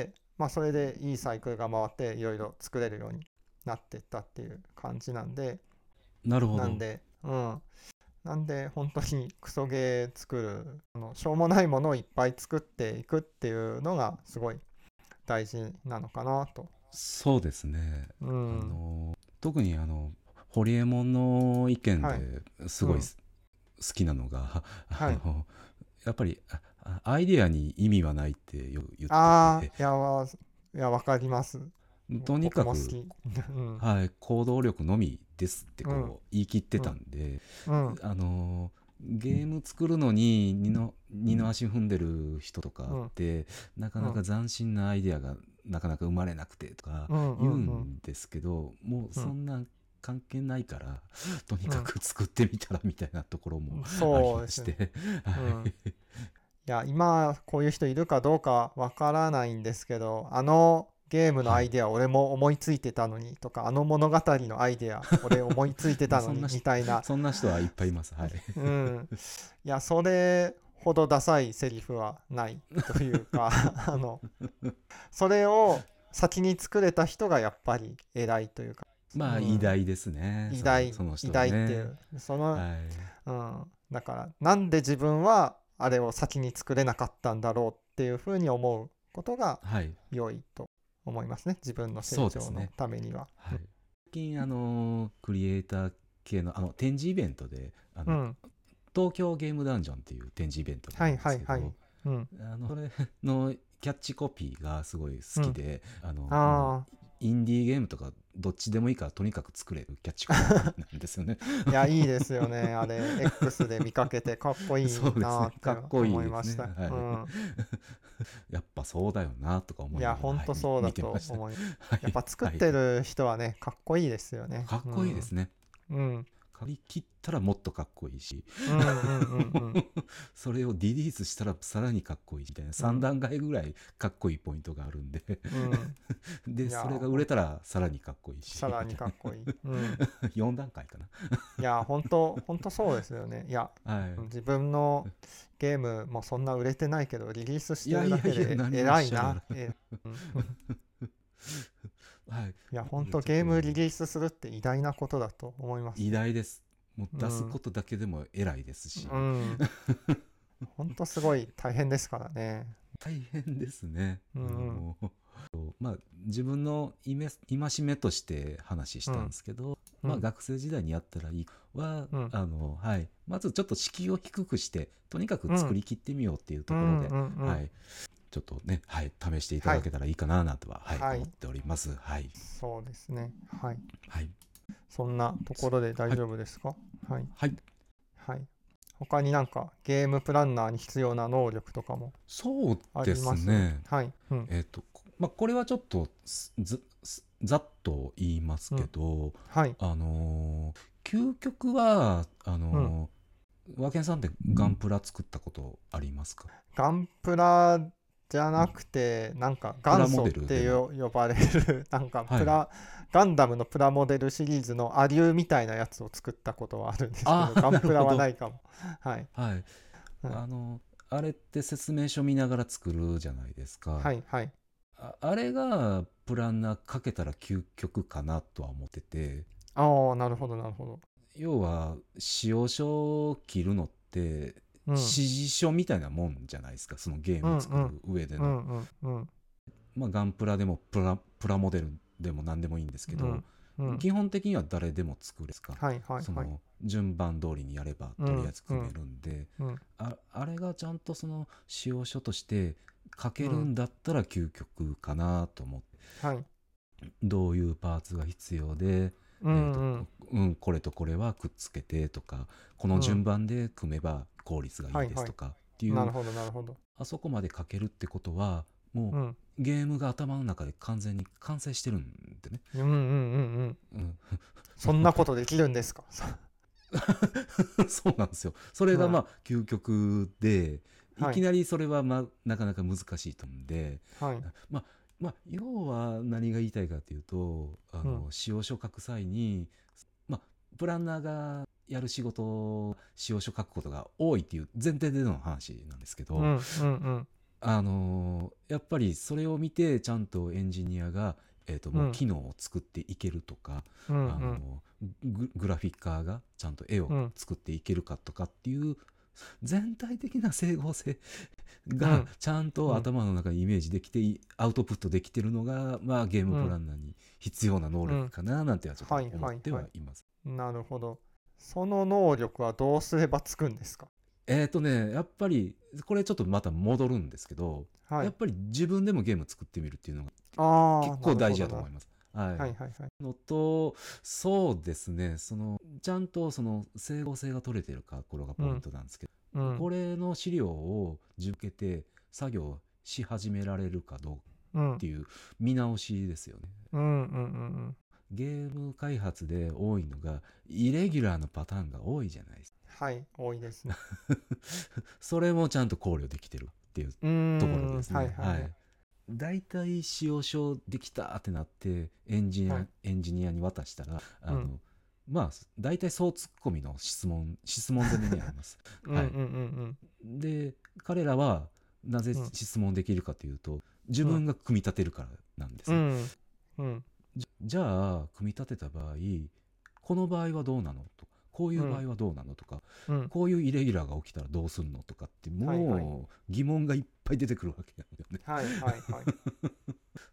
まあ、それでいいサイクルが回っていろいろ作れるようになっていったっていう感じなんで、 なるほど。 なんで、うん、なんで本当にクソゲー作る、あのしょうもないものをいっぱい作っていくっていうのがすごい大事なのかなと。 そうですね。 うあん、 の、特にあの、ホリエモンの意見はい、 ですうん、 ごいす好きなのが、あはい。 の、やっぱり、ああアイデアに意味はないってよく言ってて、 ああ、いや、わいや、わかります。 とにかく、 僕も好き。うん、 はい、行動力のみですってうん、 こう言い切ってうん、 たんで、 うん、 あのゲーム作るのに二の二の足踏んでる人とかうん、 ってなかうん、 なか斬新なアイデアがなかなか生まれなくてとかうん、う言うん、うん、 んですけど、もううん、 そんな関係ないからとにかうん、 く作ってみたらみたいなところもありそうですね。 まして、はうん。 い、 いや、今こういう人いるかどうかわからないんですけど、あのゲームのはい、 アイデア俺も思いついてたのにとか、あの物語のアイデア俺思いついてたのにまあそんなしみたいな、 そんな人はいっぱいいます。はい、 うん。いや、それほどダサいセリフはないというか、あの、それを先に作れた人がやっぱり偉いというか、 まあ偉うん。 大ですね、その偉大、偉その人はね。 大っていう、その、 はい。 うん。だから、なんで自分はあれを先に作れなかったんだろうっていうふうに思うことがはい。 良いと思いますね、自分の成長のそうですね。 ためには。 はい、最近あのクリエイター系のあの展示イベントであの、 うん、 東京ゲームダンジョンっていう展示イベントがあはいるんですけど、 はいはい。うん、 あのそれのキャッチコピーがすごい好きで、あのもあうインディーゲームとかどっちでもいいからとにかく作れるキャッチコピーなんですよね。 あ、いや、いいですよね。あれ、X で見かけてかっこいいそうですね。 なってかっこい思いですね。 いました。 はい。 うん。 やっぱそうだよなとか思いや、 いながら、はい、 ほんとみそうだ見てました。 と思い、 はい。 やっぱ作っはい。 てる人はね、かっこいいですよね。 かっうん。 こいいですね。 うん。 借り切ったらもっとかっこいいし、 うんうんうんうん。 それをリリースしたらさらにかっこいいみたいなさん段階ぐらいかっこいいポイントがあるんで、 うん。 で、 いや、 それが売れたほんと、 らさらにかっこいいし、 さらにみたいかっこいい。うん。 な。よん段階かな。 いや、ほんと、ほんとそうですよね。いや、 はい。 自分のゲームもそんな売れてないけど、リリースしてるいやいやいや、 だけで何をおっ偉いな。 しゃる。 え、うん、 はい。 いや、ほんこれちょっとゲームリとリースするって偉大なことだと思います。 偉大です。もう出すうん。 ことだけでも偉いですし、 うん。ほんとすごい大変ですからね。 大変ですね。あうんうん。 のまあ、自分のイメ戒めとして話したんですけど、まあ、 うん。 学生時代にやったらいいは、 うん。 あの、はい、まずちょっと敷居を低くしてとにかくうん。 作り切ってみようっていううん。 ところで、 うん。うん。 はい、ちょっとね、はい、試していたはい。 だけたらいいかななとは、はい、 はい。 思っております。はい、 そうですね。はい。 はい、 そんなところで大はい、 丈夫ですか？はい。 はい。 はい。他になんかゲームプランナーに必要な能力とかもそうであります？ すね。 はい。うん。 えっと、こまあ、これはちょっとすずすざっと言いますうん。 けど、 はい。 あのー究極はあうん。 のー和健さんってガンプラ作ったことありますか？ ガンプラじゃなくて、なんかプラモ元祖っデルでも。 てよ呼ばれる、なんかはい。 プラ、ガンダムのプラモデルシリーズのアリューみたいなやつを作ったことはあるんですけど、 ああ、 ガンプラなるほど。 はないかも。はい。 はい。 うん。 あの、あれって説明書見ながら作るじゃないですか。 はいはい。 あ、あれがプランナーかけたら究極かなとは思ってて、 ああ、なるほどなるほど。 要は使用書を切るのってうん。 指示書みたいなもんじゃないですか、そのゲーうんうん。 ム作る上での。 うんうんうん。 まあ、ガンプラでもプラ、プラモデルでも何でもいいんですけど、 うん。うん。 基本的には誰でも作れますか。 はいはいはい。 その順番通りにやればとりあえうんうんず組めるんで、 うんあ、あれがちゃんとその使用書として書けるうん。 んだったら究極かなと思って、 はい。 どういうパーツが必要で、 うえーとんうんうん、これとこれはくっつけてとか、このうん。 順番で組めば効率がいはいはい。 いですとかっていう、 なるほどなるほど。 あそこまで書けるってことはもうん。 うゲームが頭の中で完全に完成してるんでね。 うんうんうんうん。 うん、 そんなことできるんですか？ そうなんですよ。それうん。 がまあ究極で、いはい。 きなりそれはまあなかなか難しいと思うんで、 はい。 まあまあ要は何が言いたいかというと、あうん。 の使用書書く際に、まあプランナーがやる仕事、使用書書くことが多いっていう前提での話なんですけど、 うんうんうんあのやっぱりそれを見てちゃんとエンジニアが、えー、とうんもう機能を作っていけるとか、 うんうあんのグ、グラフィッカーがちゃんと絵をうん作っていけるかとかっていう全体的な整合性がうんちゃんとうん頭の中にイメージできてアウトプットできてるのが、まあ、ゲームプうんランナーに必要な能うん。 力かななんてはちょっとはい思ってはいはい。 はいます。 なるほど。その能力はどうすればつくんですか？ えっとね、やっぱりこれちょっとまた戻るんですけど、 はい。 やっぱり自分でもゲーム作ってみるっていうのがああ、な結構大るほどな。 事だと思います。はい。 はいはいはい。 のと、そうですね、その、ちゃんとその整合性が取れてるか、これがポインうんトなんですけど、 うんこれの資料を受けて作業し始められるかどうかうんっていう見直しですよね。 うんうんうんゲーム開発で多いのが、イレギュラーのパターンが多いじゃないですか。 はい、多いですね。 それもちゃんと考慮できてるっていううーところでん、 すね。 はいはいはい。 はい。大体使用書できたってなってエンジニア、 はい。 エンジニアに渡したら、あうん。 の、まあ、大体総ツッコミの質問、質問攻めにあります。はい。 うんうんうんで、彼らはなぜうん。 質問できるかというと、自うん。 分が組み立てるからなんですね。 うん。うん。 じじゃあ、組み立てた場合、この場合はどうなのとか、こういう場うん。 合はどうなのとか、 うん。 こういうイレギュラーが起きたらどうすんのとかって、 はいはい。 もう疑問がいっぱい出てくるわけなんだよね。 はいはいはい。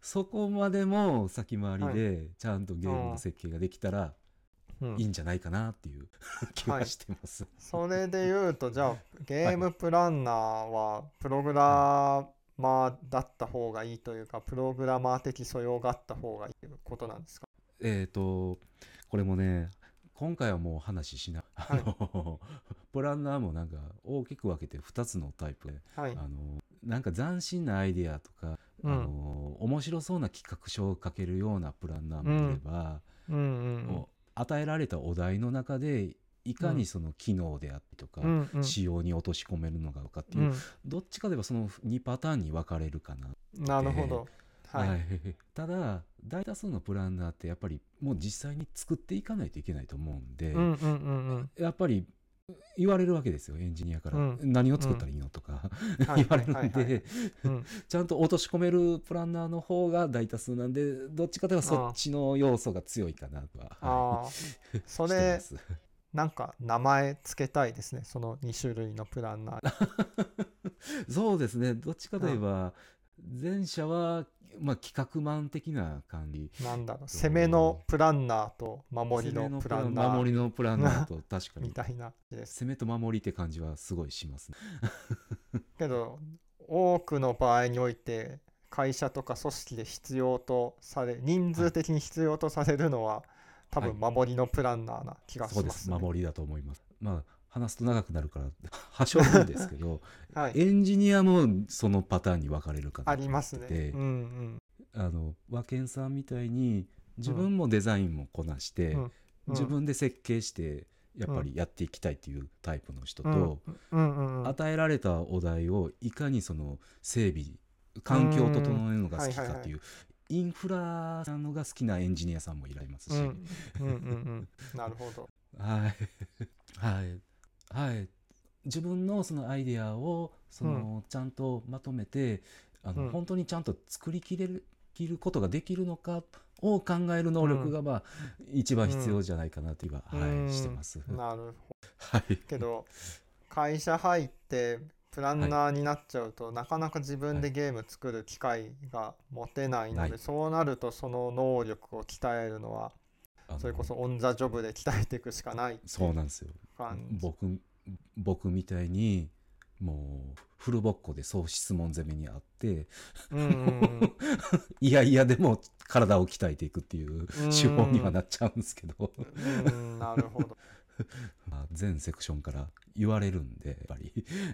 そこまでも先回りでちゃんとゲームの設計ができたらうんいいんじゃないかなっていう気はしてます。 それで言うと、じゃあゲームプランナーはプログはラマーだった方がいいというか、プログラマー的素養があった方がいいということなんですか？ い、えっ、とこれもね今回はもう話しない、 はいあのプランナーもなんか大きく分けてふたつのタイプで、 はい。 あのなんか斬新なアイデアとか、 うんあの面白そうな企画書を書けるようなプランナーもいれば、 うんうんお与えられたお題の中でいかにその機能であったりとか、 うんうん仕様に落とし込めるのかっていう、 うんどっちかではそのにパターンに分かれるかな。 なるほど。はい。 はい、ただ大多数のプランナーってやっぱりもう実際に作っていかないといけないと思うんで、 うんうんうんうんやっぱり言われるわけですよエンジニアから、 うん何を作ったらいいのとか、 はい言われるんはいはいはいでうんちゃんと落とし込めるプランナーの方が大多数なんで、どっちかというとそっちの要素が強いかなとは、はああ、 い、 そしてまれす。 なんか名前つけたいですね。そのに種類のプランナー。 そうですね、どっちかといえば、前者は、まあ、企画マン的な感じ。 なんだろう、攻めのプランナーと守りの攻めのプランナー守りのプランナーと確かにみたいなです。 攻めと守りって感じはすごいしますね。 けど、多くの場合において、会社とか組織で必要とされ、人数的に必要とされるのは、多分守りのプランナーな気がしそうです、 ますね。 守りだと思います。まあ話すと長くなるからはしょるんですけど、 はい、 エンジニアもそのパターンに分かれるかなあとりますね。 思ってて、 うんうんあの和健さんみたいに自分もデザインもこなして、 うんうん自分で設計してやっぱりやっていきたいっていうタイプの人と、 うんうんうん与えられたお題をいかにその整備環境を整えるのが好きかっていう、インフラなのが好きなエンジニアさんもいられますし、 うんうんうんうんなるほど。 はいはいはい自分のそのアイデアをそのちゃんとまとめて、あのうん本当にちゃんと作りきれる切ることができるのかを考える能力がまあ一番必要じゃないかなというか、 うんはいしてます。 なるほはいど。けど、会社入ってプランナーになっちゃうと、なかなか自分でゲーム作る機会が持てないので、 ないそうなるとその能力を鍛えるのは、 あのそれこそオン・ザ・ジョブで鍛えていくしかないっていそうなんですよ。 感じ。 僕僕みたいにもうフルボッコでそう質問攻めにあってうんうんうんいやいやでも体を鍛えていくっていううん手法にはなっちゃうんですけど、 うんなるほど。 まあ全セクションから言われるんでやっぱり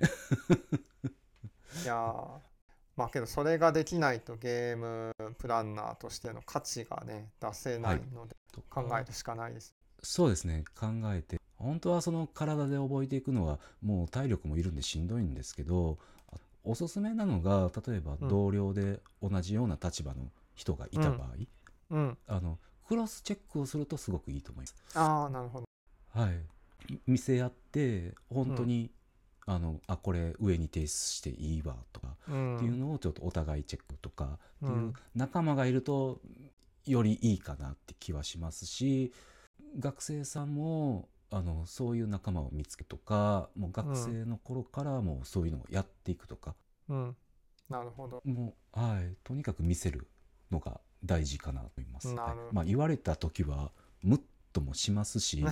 いやーまあけどそれができないとゲームプランナーとしての価値がね出せないので考えるしかないです。 そうですね、考えて本当はその体で覚えていくのはもう体力もいるんでしんどいんですけど、おすすめなのが例えばうん同僚で同じような立場の人がいた場合、 うん。 あのクロスチェックをするとすごくいいと思います。 ああなるほど。 はい、見せ合って本当に、あのあこれ上に提出していいわとかうんっていうのをちょっとお互いチェックとかってういうん仲間がいるとよりいいかなって気はしますし、学生さんもあのそういう仲間を見つけとか、もう学生の頃からもうそういうのをやっていくとか、 うんなるほど。 もう、はい、とにかく見せるのが大事かなと思います。 なるほどはいまあ、言われた時はムッともしますし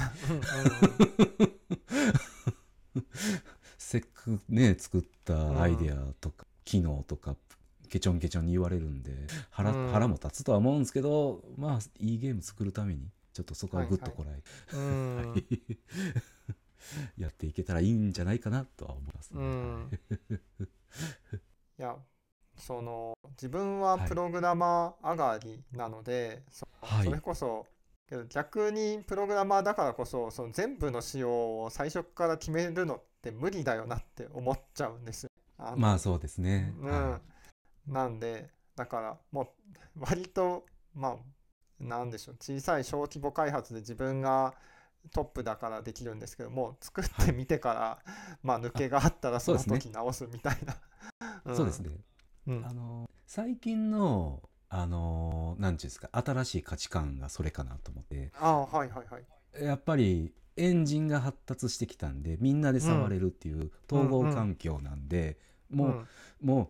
せっかくね作ったアイデアとか、機能とかケチョンケチョンに言われるんで 腹,、 うん腹も立つとは思うんですけど、まあいいゲーム作るためにちょっとそこはグッとこらえて、 うんはいやっていけたらいいんじゃないかなとは思いますね。 うんいやその自分ははいプログラマー上がりなので、そはいそれこそけど逆にプログラマーだからこそその全部の仕様を最初から決めるのって無理だよなって思っちゃうんですよ。あのまあそうですね。 うんはなんでだからもう割とまあなんでしょう、小さい小規模開発で自分がトップだからできるんですけども、作ってみてから、まあ抜けがあったらそのそうです時直すみたいな。 い、そうですね。 うんあの最近のあのなんていうんですか、新しい価値観がそれかなと思って、 ああはいはいはい。 やっぱりエンジンが発達してきたんでみんなで触れるっていう統合環境なんで、もう、もう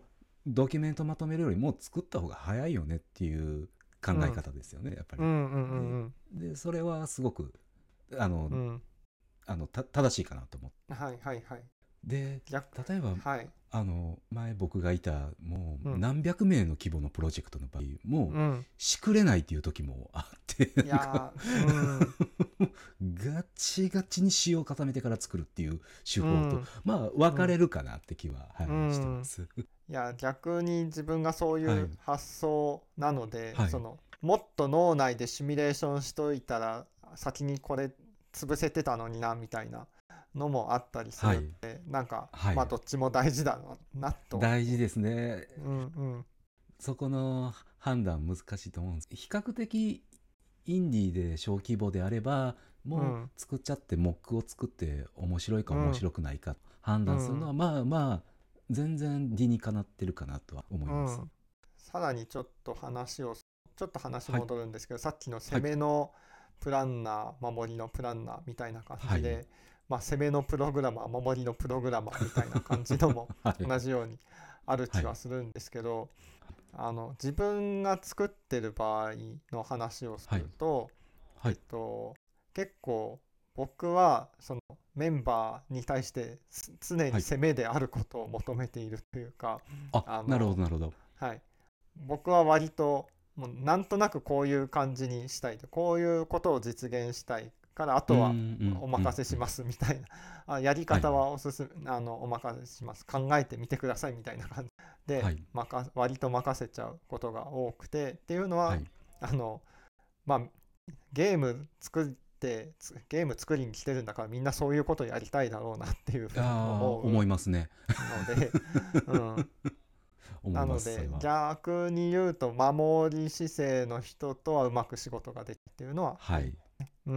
ドキュメントまとめるよりも作った方が早いよねっていう考え方ですよね、やっぱり。 うんうんうんで、でそれはすごくあの、 うんうんあのた正しいかなと思って。 はいはいはい。 で逆例えばはい。 あの前僕がいたもううん何百名の規模のプロジェクトの場合もううんしくれないっていう時もあっていなんかやーうんガチガチに仕様を固めてから作るっていう手法とうんまあ分うんかれるかなって気は、はうい、してまんす。 いや逆に自分がそういうはい発想なので、 はいそのもっと脳内でシミュレーションしといたら先にこれ潰せてたのになみたいなのもあったりするんはいで、なんかはいまあどっちも大事だろうなとは。 大事ですね。 うんうんそこの判断難しいと思うんです。比較的インディーで小規模であればもううん作っちゃってモックを作って面白いかうん面白くないか判断するのはうんまあまあ全然理にかなってるかなとは思います。 うんさらにちょっと話をちょっと話はい戻るんですけど、さっきのはい攻めのプランナー守りのプランナーみたいな感はいじで、まあ、攻めのプログラマー守りのプログラマーみたいな感じのもはい同じようにあるはい気はするんですけど、あの自分が作ってる場合の話をすはいると、えっはいと、結構僕はそのメンバーに対してす常にはい。 攻めであることを求めているというか、 あ、なるほあのどなるほど。 はい、僕は割ともうなんとなくこういう感じにしたいと、こういうことを実現したいからあうんうとはんおうんうん。 任せしますみたいなあやりはい方はおすすめあのお任せします、考えてみてくださいみたいな感じではいまか割と任せちゃうことが多くてっていうのははいあのまあゲーム作ってつゲーム作りに来てるんだからみんなそういうことやりたいだろうなっていうふうにああ思い思ますね。 うので、うん、 思いまなのですそれは。 逆に言うと守り姿勢の人とはうまく仕事ができるっていうのはあり、 はいうん、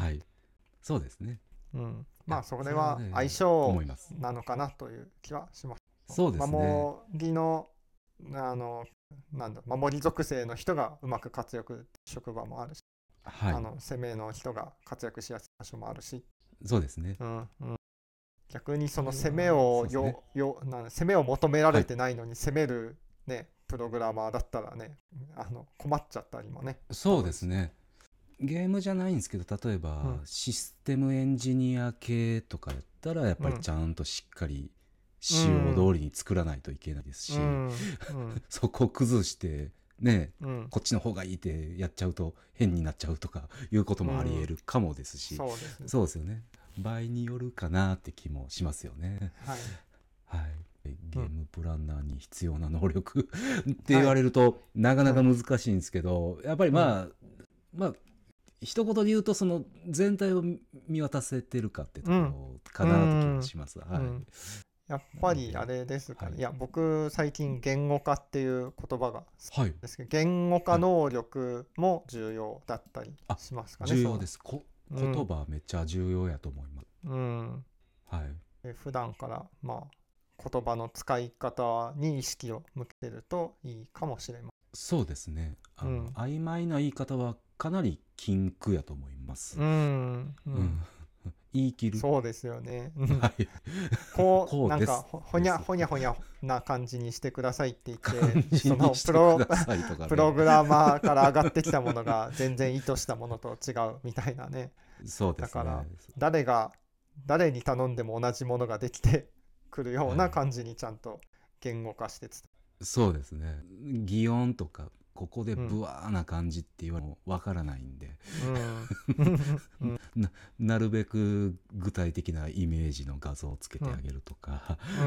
はいそうですね。 うん、 いやまあそれそれはは相ね思性います。 なのかなという気はします。 そうですね。 守りのあのなんだ守り属性の人がうまく活躍職場もあるし、 はいあの攻めの人が活躍しやすい場所もあるし、 そうですね。 うんうん、逆にそのそれ攻めはそうをですね。 よよなん攻めを求めらはいれてないのに攻めるねプログラマーだったらねあの困っちゃったりもね多そうで分すすね。ゲームじゃないんですけど例えばうんシステムエンジニア系とかやったらやっぱりうんちゃんとしっかりう仕様ん通りに作らないといけないですうし、 んうんそこを崩してねうんこっちの方がいいってやっちゃうと変になっちゃうとかいうこともありうん得るかもですし、 そうですね、 そうですよね。場合によるかなって気もしますよね。 はいはい。ゲうんームプランナーに必要な能力ってはい言われるとなかなかうん難しいんですけど、やっぱりうんまあまあ一言で言うとその全体を見渡せてるかってところかうなって気もんします。はい。 うんやっなので、 ぱりあれですかね、いはい。 や僕最近言語化っていう言葉が好きはい。 ですけど、言語化はい。 能力も重要だったりあ、 しますかね、そうな重要です。こ、 うん言葉めっちゃ重要やと思います。 うんはい。 で普段からまあ言葉の使い方に意識を向けてるといいかもしれまそうですね。あの、 せん。 曖昧な言い方はかなり禁句やと思います。 うん、ううん。 ん、 言い切る。 そうですよね。うんはい。 こうなんこうです。 かほほです。 にゃほにゃほにゃな感じにしてくださいって言っ感て、そのじにしてくプロださいとかプロね。 グラマーから上がってきたものが全然意図したものと違うみたいなね。 そうですね。 だから誰が誰に頼んでも同じものができてくるようはい。 な感じにちゃんと言語化して伝そうですね。擬音とか、ここでえ、うん、 ブワーな感じっていうのもわからないんで、 うん、うん、 な、なるべく具体的なイメージの画像をつけうん、 てあげるとか。 うん、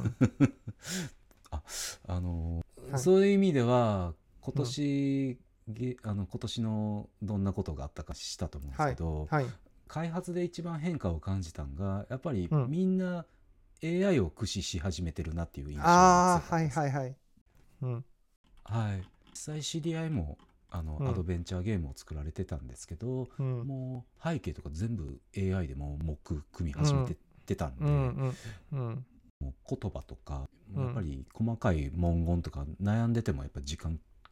あ、あのはい、 そういう意味では、今うん、 年、げあの今年のどんなことがあったかしたと思うんですはい、 けど、 はい、 開発で一番変化を感じたのが、やっぱりうん。 みんな エーアイ を駆使し始めてるなっていう印象がああ、はい強かったです。 はいはい。うん、 はい。実際知り合いもあのアドうん、 ベンチャーゲームを作られてたんですけど、 うん、 もう背景とか全部 エーアイ でもうモック組みうん、 始めてってたんうん、うで、 ん、うん、 もう言葉とかうん、 やっぱり細かい文言とか悩んでてもやっぱ時間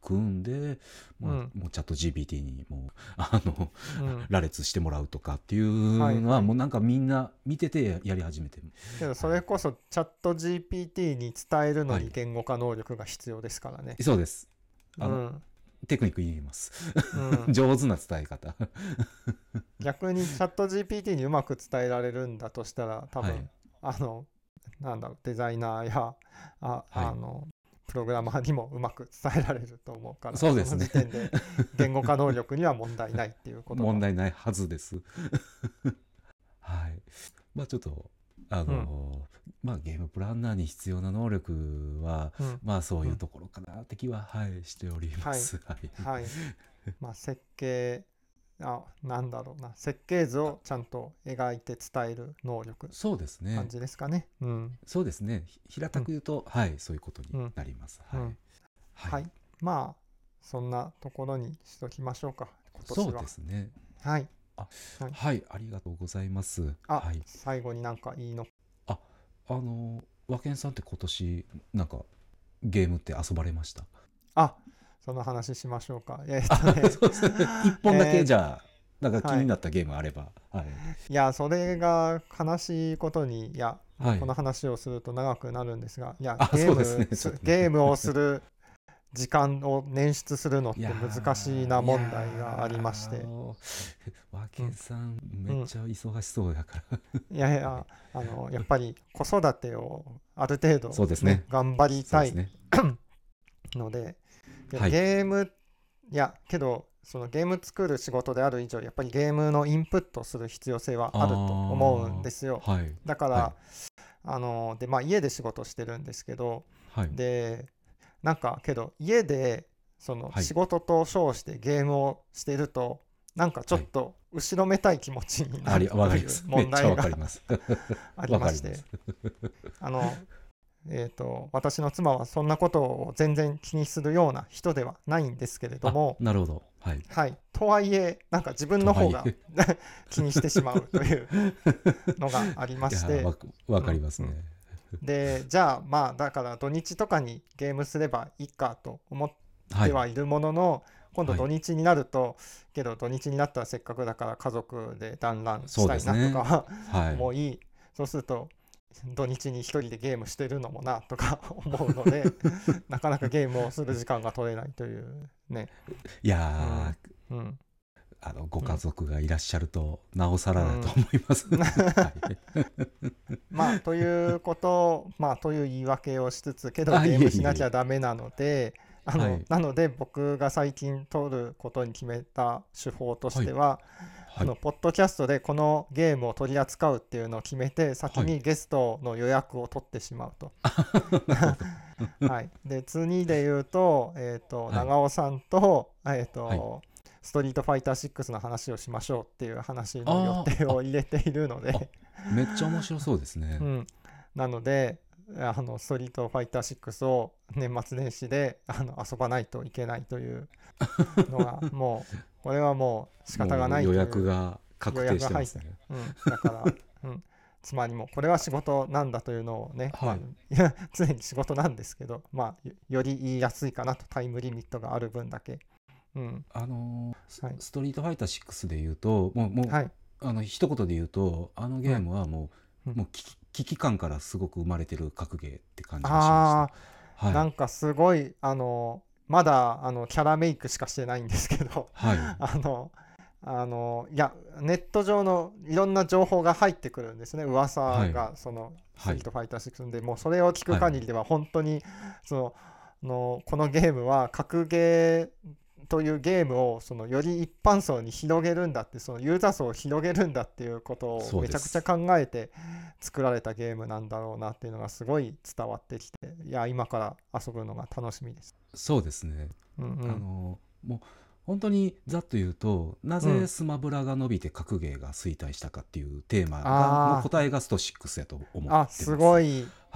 組んで、まあうんもうチャット ジーピーティー にもうあのうん羅列してもらうとかっていうのはいははいもうなんかみんな見ててやり始めてる。 けどそれこそチャット ジーピーティー に伝えるのはい、 に言語化能力が必要ですからね。 そうです。あのうんテクニック言いますうん、 上手な伝え方逆にチャット ジーピーティー にうまく伝えられるんだとしたら多分、 はいあのなんだろうデザイナーやあ、 はいあのプログラマーにもうまく伝えられると思うからそうですねの時点で言語化能力には問題ないっていうことが問題ないはずですはいまあちょっとあのーまあゲームプランナーに必要な能力は、 うんまあそういうところかなって気は、はい、しております。はい。 はいまあ設計あなんだろうな設計図をちゃんと描いて伝える能力そうですね。 感じですかね。うんそうですね。ひ平たく言うと、はい、そういうことになります。はい。 うんはい、まあそんなところにしときましょうか今年は。 そうですね。 はいあ、 はいはい、ありがとうございます。 あ、 はい。 最後になんかいいのあ、あの和健さんって今年なんかゲームって遊ばれました？ あその話しましょうか。えっあ、 とねそうですね。一本だえーけじゃあ、なんか気になったゲームあれば、はい。 いやそれが悲しいことにいや、 はいこの話をすると長くなるんですがいやあゲームそうですねすちょっとねゲームをする時間を捻出するのっていやー難しいな問題がありましていやー和健さん、めっちゃ忙しそうやから、 いやいやあのやっぱり子育てをある程度、 そうですね頑張りたいそうですね。 ので、ではいゲームいやけどそのゲーム作る仕事である以上やっぱりゲームのインプットする必要性はあると思うんですよ。 はいだから、 はあのでまあ家で仕事してるんですけどはいでなんかけど家でそのはい仕事と称してゲームをしているとなんかちょっと後ろめたい気持ちになありるというわかります。めっ問ちゃわ題がかります。 ありわかましてります。 あのえーと私の妻はそんなことを全然気にするような人ではないんですけれどもあ、なるほど。はい。 はい、とはいえなんか自分の方がとはい気にしてしまうというのがありましていやわわかりますね。 でじゃあまあだから土日とかにゲームすればいいかと思っはい。 てはいるものの、今度はい土日になると、けど土日になったらせっかくだから家族で団らんしたいなそうですねとか、 はい。 もういいそうすると土日に一人でゲームしてるのもなとか思うのでなかなかゲームをする時間が取れないというね、 いやー、 うん、 あのご家族がいらっしゃると、なおさらだと思います。はいまあということまあという言い訳をしつつけどあいえいえゲームしなきゃダメなのであの、 はいなので僕が最近取ることに決めた手法としては、あはいのポッドキャストでこのゲームを取り扱うっていうのを決めて先にゲストの予約を取ってしまうと。はい、で次で言うと,、えーとはい長尾さんと,、えーとはいストリートファイターシックスの話をしましょうっていう話の予定を入れているので、 めっちゃ面白そうですね。 うん、なのであのストリートファイターシックスを年末年始であの遊ばないといけないというのがもうこれはもう仕方がないというもう予約が確定してますね。 うん、だから、うん、妻にもこれは仕事なんだというのをね、 はいまあ、いや常に仕事なんですけど、まあ、よより言いやすいかなとタイムリミットがある分だけ、うんあのースはいストリートファイターシックスで言うともうもう、 はいあの一言で言うとあのゲームはもう,、 うんもう危機危機感からすごく生まれてる格ゲーって感じがしまあした。 ー、なはいんかすごいあのまだあのキャラメイクしかしてないんですけどはいあのあのいやネット上のいろんな情報が入ってくるんですね噂が、そのストリートファイターシックスで、もうそれを聞く限りでは本当にそののこのゲームは格ゲーというゲームをそのより一般層に広げるんだって、そのユーザー層を広げるんだっていうことそうですをめちゃくちゃ考えて作られたゲームなんだろうなっていうのがすごい伝わってきて、いや今から遊ぶのが楽しみです。 そうですね、 うんうん、 あのもう本当にざっと言うとなぜスマブラが伸びて格ゲーが衰退したかっていうテーマが、 あーの答えがストろくやと思ってます。 あすごい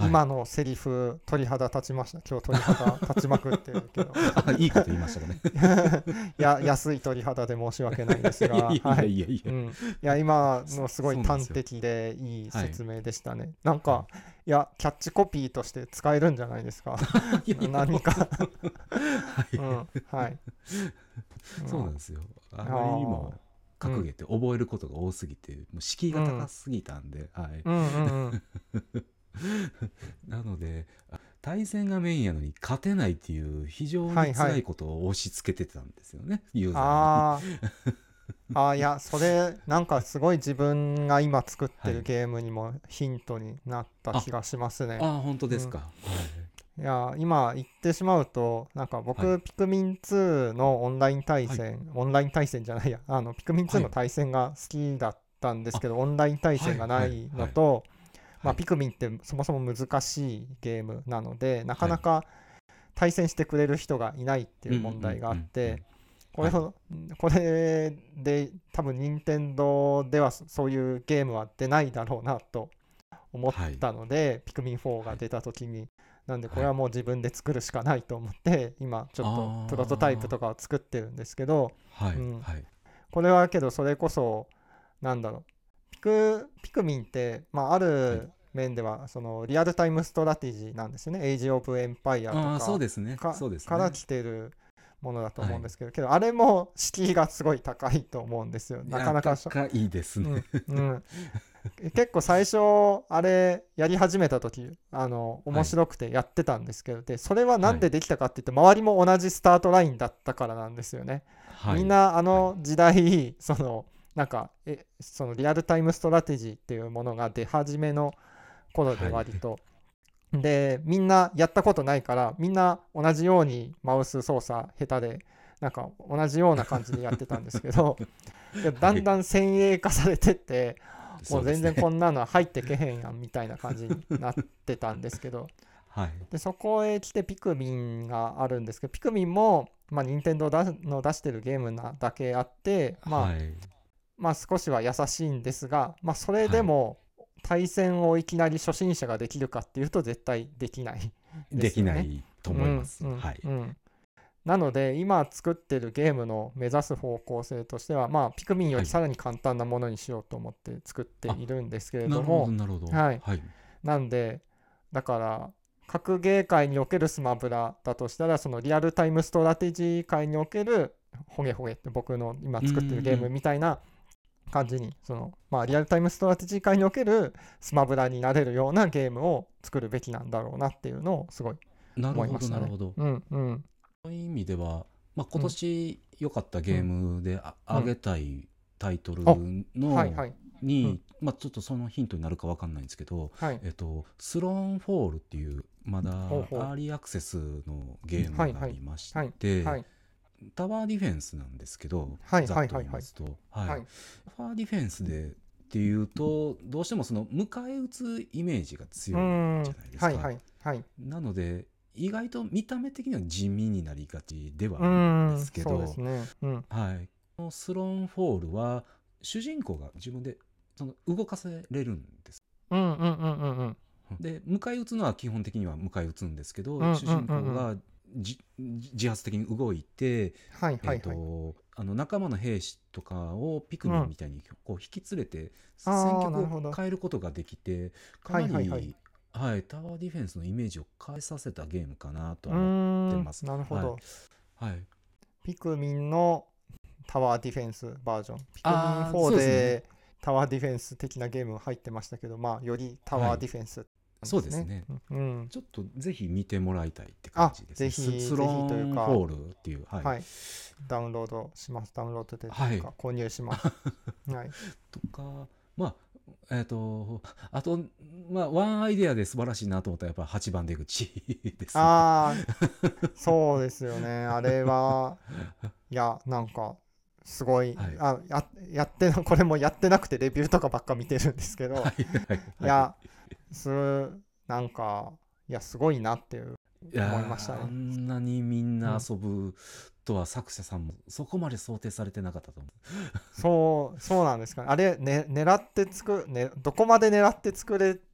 はい今のセリフ鳥肌立ちました。今日鳥肌立ちまくってるけどあ、いいこと言いましたかね。 いや安い鳥肌で申し訳ないですが、 いやいやはいいやいや、 うん、いや今のすごい端そうなんですよ。 的でいいはい説明でしたね。なんはかいやキャッチコピーとして使えるんじゃないですかい。いやいや、 何かはいうんはいそうなんですよ。ああまりにもー格ゲーって覚えることが多すぎて、もう敷居が高すぎたんで、はい。 うんうんうんなので、あ対戦がメインやのに勝てないっていう非常にはいはい辛いことを押し付けてたんですよね、ユーザーに。 あーあーいやそれなんかすごい自分が今作ってるはい。 ゲームにもヒントになったあ、 気がしますね。 あ、本当うん、 ですか。 いや今言ってしまうとなんかはい。はい。 僕ピクミンツーのオンライン対はい。 戦オンライン対戦じゃないやあのピクミンツーのはい。 対戦が好きだったんですあ、 けどオンライン対はい。 戦がなはい。 いのはい。 と、まあ、 はい。 ピクミンってそもそも難しいゲームなのでなかはい。 なか対戦してくれる人がいないってうんういう問題があっんうんうてん。はい。 これをこれで多分任天堂ではそそういうゲームは出ないだろうなと思っはい。 たのでピクミンフォーはい。 が出た時になんでこはい。 れはもう自分で作るしかないと思って今ちょっとプロトタイプあとかを作ってるんですけど、 あ、はい。 うん、 はい。 これはけどそれこそなんだろうピクピクミンって、まあ、あはい。 る面ではそのリアルタイムストラテジーなんですよね。エイジ・オブ・エンパイアとああ、そうかですね。 かそうですね。 から来てるものだとはい。 思うんですけどけどあれも敷居がすごい高いと思うんですよ。 いや、 なかなかしょ、 高いですね。 うんうん、結構最初あれやり始めた時あの面はい。 白くてやってたんですけどでそれはなはい。 んでできたかって言って周りも同じスタートラインだったからなんですよね。みんはい。 なあはい。 の時代そのなんかえそのリアルタイムストラテジーっていうものが出始めの頃ではい。 割とでみんなやったことないからみんな同じようにマウス操作下手でなんか同じような感じでやってたんですけどけどだはい。 んだん先鋭化されてってもう全然こそうですね。 んなの入ってけへんやんみたいな感じになってたんですけどはい。 でそこへ来てピクミンがあるんですけどピクミンもまあ任天堂の出してるゲームなだけあってまあはい。 まあ少しは優しいんですがまあそれはい。 でも対戦をいきなり初心者ができるかっていうと絶対できないでできなすよね。 いとうん思います。 うんはい。 うんなので今作ってるゲームの目指す方向性としてはまあピクミンよはい。 りさらに簡単なものにしようと思って作ってあ、 いるんですけれなるほど、 どもなるほど。 はいはい。 なんでだから格ゲー界におけるスマブラだとしたらそのリアルタイムストラテジー界におけるホゲホゲって僕の今うー作ってるゲームん。 みたいな感じにそのまあリアルタイムストラテジー界におけるスマブラになれるようなゲームを作るべきなんだろうなっていうのをすごいなるほど、 思いましたね。 なるほど。 うんうんそういう意味では、まあ、今うん年良かったゲーうんムであうん。 上げたいタイトルあはいのはいうんに、まあ、ちょっとそのヒントになるかわかんないんですけど、 はいえっと、スローンフォールっていうまだほうほアーリーアクセスのゲーうムがあはいはいりましはいはて、 いタワーディフェンスなんですけど、 はいざっと言いはいはいはいますと、はい、 はいタワーディフェンスでっていうとどうしてもその迎え撃つイメージがうー強いじゃんないですか。 はいはいはいなので意外と見た目的には地味になりがちではうーあるんでんすけど、 そうですねうんはい、このスローンフォールは主人公が自分でその動かせれるんです。 うんうんうんうんうんで迎え撃つのは基本的には迎え撃つんですけど、主うんうんうんうん人公がじ自発的に動いて、 はいはえー、 いはいとあの仲間の兵士とかをピクミンうんみたいにこう引き連れて戦ああな局をるほど変えることができてかはないはいはいり、はい、タワーディフェンスのイメージを変えさせたゲームかなとうーは思ってんます。はい、 なるほどはい、 ピクミンのタワーディフェンスバージョンピクミンああフォーそうですね。 でタワーディフェンス的なゲーム入ってましたけどまあよりタワーはい、 ディフェンスなんですねそうですね。 うん、うん、 ちょっとぜひ見てもらいたいって感あじですね。 ぜス、スロひぜひというかーンフォールっていう、はい。 はいダウンロードしますダウンロードでといはい。 うか購入しますはいとか、まあ、えっ、と、あと、まあ、ワンアイデアで素晴らしいなと思ったら、やっぱはちばん出口ですね。 ああそうですよねあれはいやなんかすごいはい。 あややってなこれもやってなくてレビューとかばっか見てるんですけどはい。はい。はい。いいやすなんかいやすごいなっていう思いましたやー、あねんなにみんなうん遊ぶとは作者さんもそこまで想定されてなかったと思そうそうなんですかねあれ、ね、狙って作る、ね、どこまで狙って作れ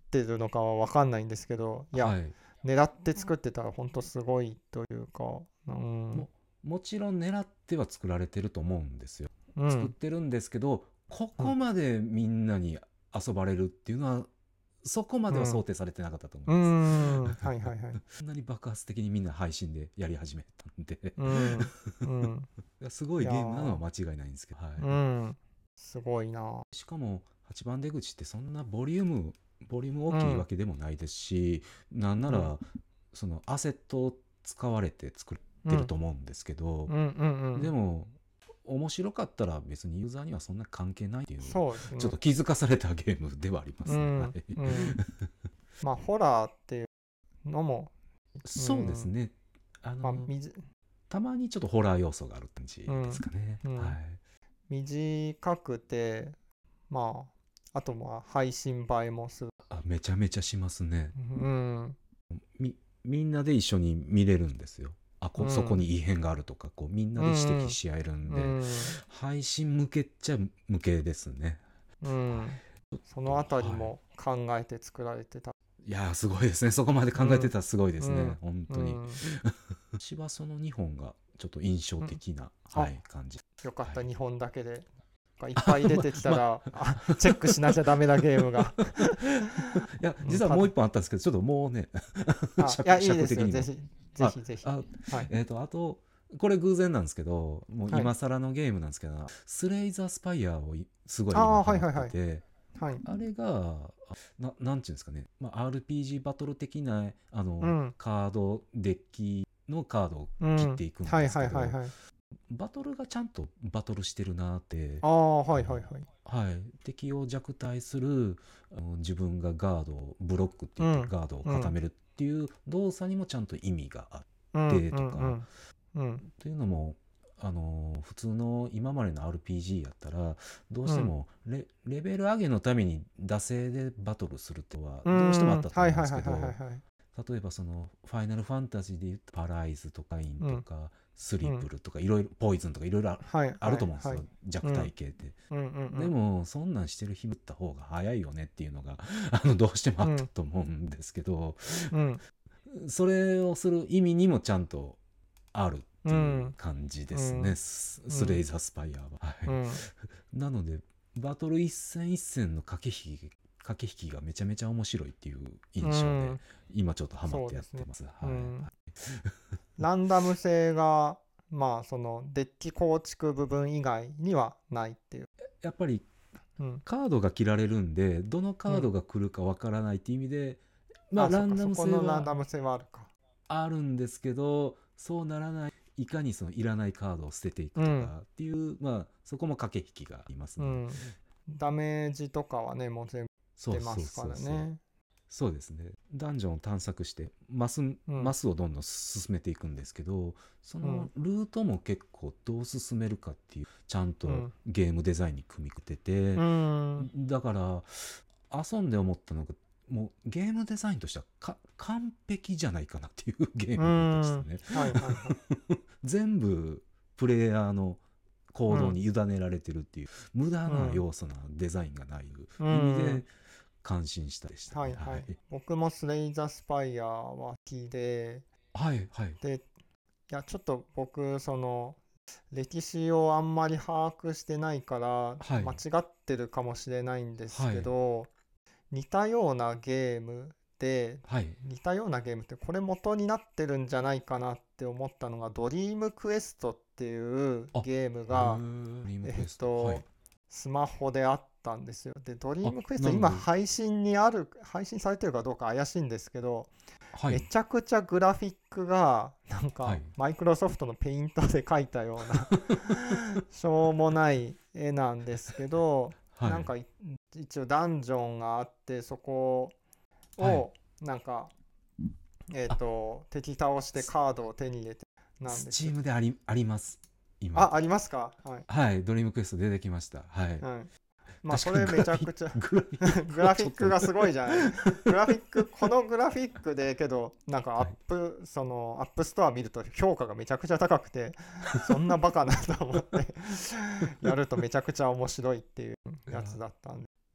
ってるのかは分かんないんですけど、いや、 はい、 狙って作ってたら本当すごいというか、うん、 ももちろん狙っては作られてると思うんですよ。作っうん、 てるんですけど、こうん、 こまでみんなに遊ばれるっていうのはそこまでは想うん、 定されてなかったと思ういます。 ん、はいはいはい、 そんなに爆発的にみんな配信でやり始めたんでうん、うん、 すごいやいゲームなのはー、 間違いないんですけど、はうい、 ん、すごいな。 しかもはちばん出口ってそんなボリュームボリューム大きいわうん、 けでもないですし、なんなうん、 らそのアセットを使われて作ってるうん、 と思うんですけど、 うん、うん、うん、 でも面白かったら別にユーザーにはそんな関係ないっていうそうですね。 ちょっと気づかされたゲームではありますね。はうん、 い、 うん。まあ、ホラーっていうのも、うそうですん、 ね。あまあ、 のみじ、 たまにちょっとホラー要素がある感じうん、 ですかね。 うん、 はい。 短くて、まあ、あとまあ、配信映えもする。 あ、めちゃめちゃしますね。 うん、 みみんなで一緒に見れるんですよ。あこそこうん、 に異変があるとかこうみんなうで指摘ん、 し合えるんうで、 ん、 配信向けっちゃ向けですね。 うはい。 ん。 ちょっそのあとはたりも考えて作られてた。 い。いやーすごいですね。そこまで考えてうん、 たらすごいですね。 うん、う本当に。 ん、 私はそのにほんがちょっと印象うん。 的な、はあ、 い、感じ。 よかった、 はい。 にほんだけで。いっぱあ、ま、 い出てきたま、 ら、あ、チェックしなきゃダメなゲームが。 いや、 うん、ただ、 実はもう一本あったんですけど、ちょっともうね、 あ、いや、 尺、 いいですよ。 尺的にも。 ぜひ、ぜあ、 ひぜひ。 あ、 はい。 えっと、あと、これ偶然なんですけど、もうはい。 今更のゲームなんですけど、スレイザースパイアをいすごい今ああ、 ハマっはいはいはい。 てて、 はい。 あれが、な、なんていうんですかね、まあ、アールピージー バトル的な、あの、 うん。 カード、デッキのカードをうん。 切っていくんはいですけど、 はいはいはい。 バトルがちゃんとバトルしてるなって、 ああ、はあの、 いはいはい。 はい、敵を弱体するあの自分がガードをブロックって言ってうん。 ガードをうん。 固めるっていう動作にもちゃんと意味があっうん。 てとかうん。うん。 というのもあの普通の今までの アールピージー やったらどううん。 しても レ, レベル上げのために惰性でバトルするってのはうどうしてもあっん。 たと思うんではいはいはいすけど、 はいはい。 例えばそのファイナルファンタジーで言うとパライズとかインうん。 とかスリうん。 プルとかいろいろポイズンとかいろいろはいあるはいはい。 と思うんですよ、弱体うん。 系って。 うんうんでもそんなんしてる暇った方が早いよねっていうのがあのどうしてもあうん。うったん。 と思うんですけど、 うん。 それをする意味にもちゃんとあるっていううん。 感じですね、 うん。 スうん。 スレイザースパイアは、はい、 うん。 なのでバトル一戦一戦の駆け引き駆け引きがめちゃめちゃ面白いっていうう印象でん。 今ちょっとハマってやっそうですね。 てます。はい、 うん。ランダム性が、まあ、その、デッキ構築部分以外にはないっていう。 やっぱりうん。 カードが切られるんでどのカードうん。 が来るかわからないっていう意味でまああ、そっか、 ランダムそこ性はのランダム性はあるか。 あるんですけどそうならないいかにそのいらないカードを捨てていくとかうん。 っていうまあそこも駆け引きがありますね。 うん。ダメージとかはね、もう全部そうそう出ますかそうそう。 らね。 そうですね。ダンジョンを探索してマスうん。 マスをどんどん進めていくんですけどそのうん。 ルートも結構どう進めるかっていうちゃんとうん。 ゲームデザインに組み込んでてうん。 だから遊んで思ったのがもうゲームデザインとしてはか完璧じゃないかなっていうゲーうムでしたん。 ね。 はいはいはい。 全部プレイヤーの行動うん。 に委ねられてるっていう無駄うん。 な要素なデザインがないう意味ん。 で感心したでしたね。 はいはい。 はい。 僕もスレイザースパイアは好きで、 はいはいで、いや、ちょっと僕、その、歴史をあんまり把握してないからはい間違ってるかもしれないんですはいけど、似たようなゲームで、 はい似たようなゲームってこれ元になってるんじゃないかなって思ったのがドリームクエストっていうあゲームへーがリームクえっエストはいとスマホであったんですよ。で、ドリーあムクエスト今なるほど配信にある、配信されてるかどうか怪しいんですけど、めはいちゃくちゃグラフィックがなんかはいマイクロソフトのペイントで描いたようなしょうもない絵なんですけど、 はいなんかい一応ダンジョンがあってそこはいをなんかえっあと敵倒してスカードを手に入れてなんスですよ。 チームでありあります今。 あ、ありますか？はい。 はいドリームクエスト出てきました。はいはい。まあそれ確かにグラフィッめちゃくちゃクグラフィッグクはちょっとラフィックがすごいじゃない。グラフィック、このグラフィックでけど、なんかアッはいプ、そのアップストア見ると評価がめちゃくちゃ高くて、そんなバカなと思ってやるとめちゃくちゃ面白いっていういややつだったんで。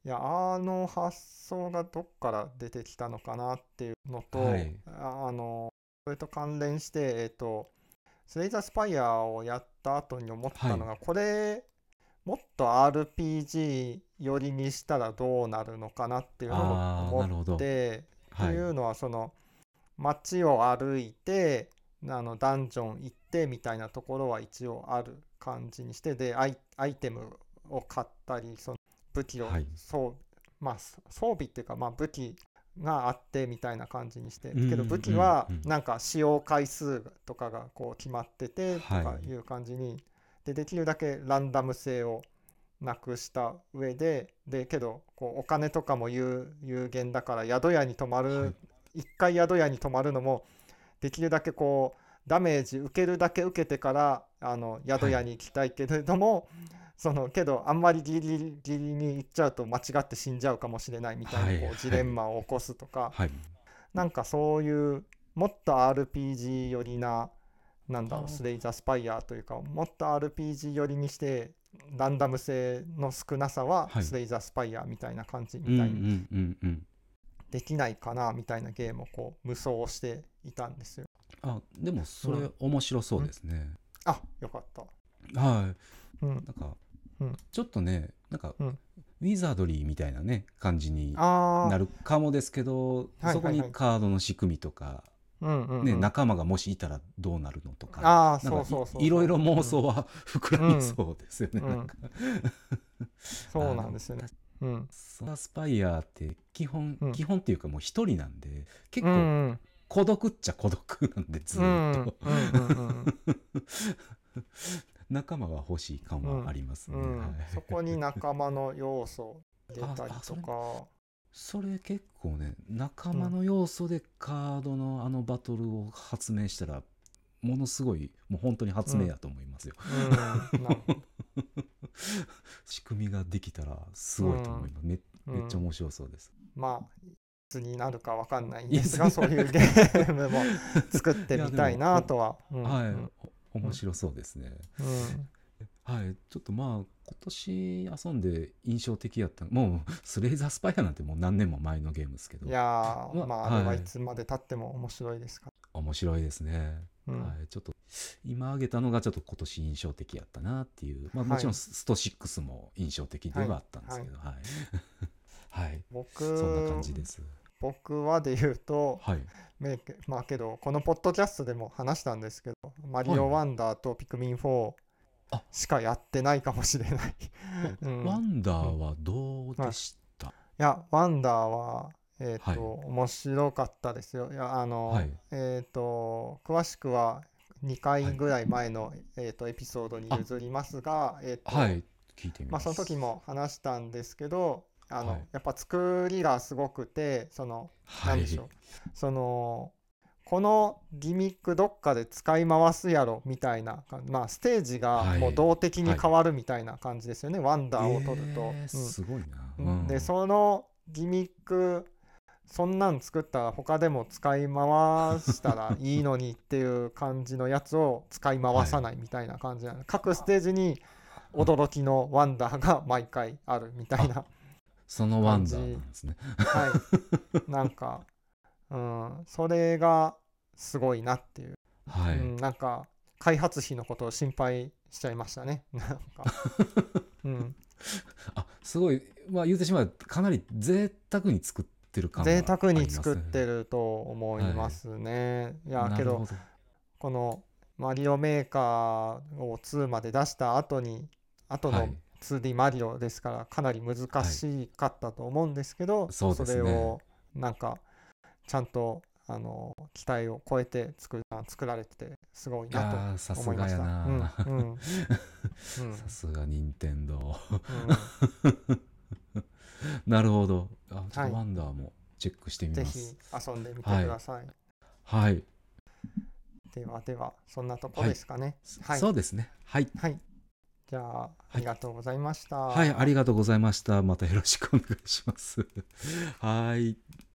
いや、あの発想がどっから出てきたのかなっていうのと、 はい。 あ、あの、それと関連して、えっと、スレイザースパイアをやった後に思っはい。 たのが、これ、もっと アールピージー 寄りにしたらどうなるのかなっていうのもああ、 思っなるほど。 て、ってはい。 いうのは、その、街を歩いて、あの、ダンジョン行ってみたいなところは一応ある感じにして、で、アイ、アイテムを買ったり、その武器を、 はい。 そう、まあ、そ装備っていうか、まあ、武器があってみたいな感じにして、 うんうけど武器はんうん。 なんか使用回数とかがこう決まっててとはい。 かいう感じに、で、できるだけランダム性をなくした上で、で、けど、こう、お金とかも有、有限だから、宿屋に泊まはい。 る、一回宿屋に泊まるのも、できるだけこう、ダメージ受けるだけ受けてから、あの、宿はい。 屋に行きたいけれども、その、けど、あんまりギリギリギリに行っちゃうと間違って死んじゃうかもしれないみたいな、 はい。 こう、ジはい。 レンマを起こすとか、 はい。 なんかそういう、もっと アールピージー 寄りな、なんだろう、スあレイザースパイアというか、もっと アールピージー 寄りにして、ランダム性の少なさははい。 スレイザースパイアみたいな感じうんうんみたいにうんうん。 できないかなみたいなゲームをこう無双していたんですよ。 あ、でもうん。 それ面白そうんですね。 あ、よかった。 はい。 うん。 なんか、 うん。 ちょっとね、なんか、 うん。 ウィザードリーみたいなね、感じになあるかもですけど、 あ、はいそこはいはい。 にカードの仕組みとか、 うんうんね、 うん。 仲間がもしいたらどうなるのとか、 ああ、 なんかい、 そうそうそういろいろそう。うん。 妄想は膨らみうん。 そうですよね、 うん。 なんか。 そうあーでも、 なんですよね。 たうん。 ソラスパイアって基本、 うん。 基本っていうかもう一人なんで、結う構ん。 孤独っちゃ孤独なんで、ずうん。 ーっと。 うん。うん。うん。 仲間が欲しい感はあうん。 りますね。はうん。そこにい。 仲間の要素出あ、 たりあ、それ、 とか、 それ結構ね、仲うん。 間の要素でカードのあのバトルを発明したら、ものすごい、もう本当にうん。 発明やと思いますよ。 うん。なるほど。 仕組みができたらすごいと思いうん。 ます。め、めっちゃうん。 面白そうです。 まあ、いつになるかわかんないんいや、 ですが、そういうゲームも作っていやみたいでも、お、 なとは。うん。 はい、 うん。 おうん。 面白そうですね。 うん。 はい、ちょっとまあ、今年遊んで印象的やった、もう、スレイザースパイアなんてもう何年も前のゲームですけいど、 やー、 ままあ、ああ、はい、 れはいつまで経っても面白いですか面白いですね。 ら。うん。 はい、ちょっと、今挙げたのがちょっと今年印象的やったなっていう、まあもちろんはい。 ストシックスも印象的ではい。 はあったんですはい。 けど、はい。はい。そんな感僕、 じです。 僕はで言うと、 はい。 めまあけど、このポッドキャストでも話したんですけど、マリはい。 オワンダーとピクミンフォーあ、 しかやってないかもしれない。 お、 うん。 ワンダーうん。 はどうはい。 でした？ いや、ワンダーは、えっと、 はい。 面白かったですよ。いや、あの、 はい。 えっと、詳しくはにかいはい。 ぐらい前の、えっと、エピソードにあ、 譲りますが、えっと、 はい。聞いてみまあ、その時ます。 も話したんですけど、あの、 はい。 やっぱ作りがすごくて、その、 はい。 なんでしょう。その、このギミックどっかで使い回すやろみたいな、まあ、ステージがもうはい。 動的にはい。 変わるみたいな感じですよね、ワンダーを取ると。 えー、 うん。 すごいな。うで、 ん。 そのギミック、そんなん作ったら他でも使い回したらいいのにっていう感じのやつを使い回はい。 さないみたいな感じなの。各ステージに驚きのワンダーが毎回あるみたいあ、 なそのワンダーな感じ。 んですね。 はい。なんか、うん、それがすごいなっていう。 はい。 うん、なんか、開発費のことを心配しちゃいましたね。なんか、うん。 あ、すごい、まあ言うてしまうとかなり贅沢に作ってる感は贅沢にありますね。 作ってると思いはい。 ますね。いや、けど、 なるほど。 このマリオメーカーをツーまで出した後に、後のはい。 ツーディー マリオですからかなり難はい。 しかったと思うんですけど、 そうそですね。 れをなんかちゃんとあの期待を超えて作る作られててすごいなといやー、さすがや思いました。うんな。 うんうんさすが任天堂。 うん。 なるほど。あ、ちょっはい。 とワンダーもチェックしてみぜひます。 遊んでみてはい。 ください。 はい。 ではでは、そんなとこはい。 ですかね。 そはい。 そうですね。はい。 はい。じゃあ、あはい。 りがとうございましはい。あた。 りがとうございました。またよろしくお願いします。はい。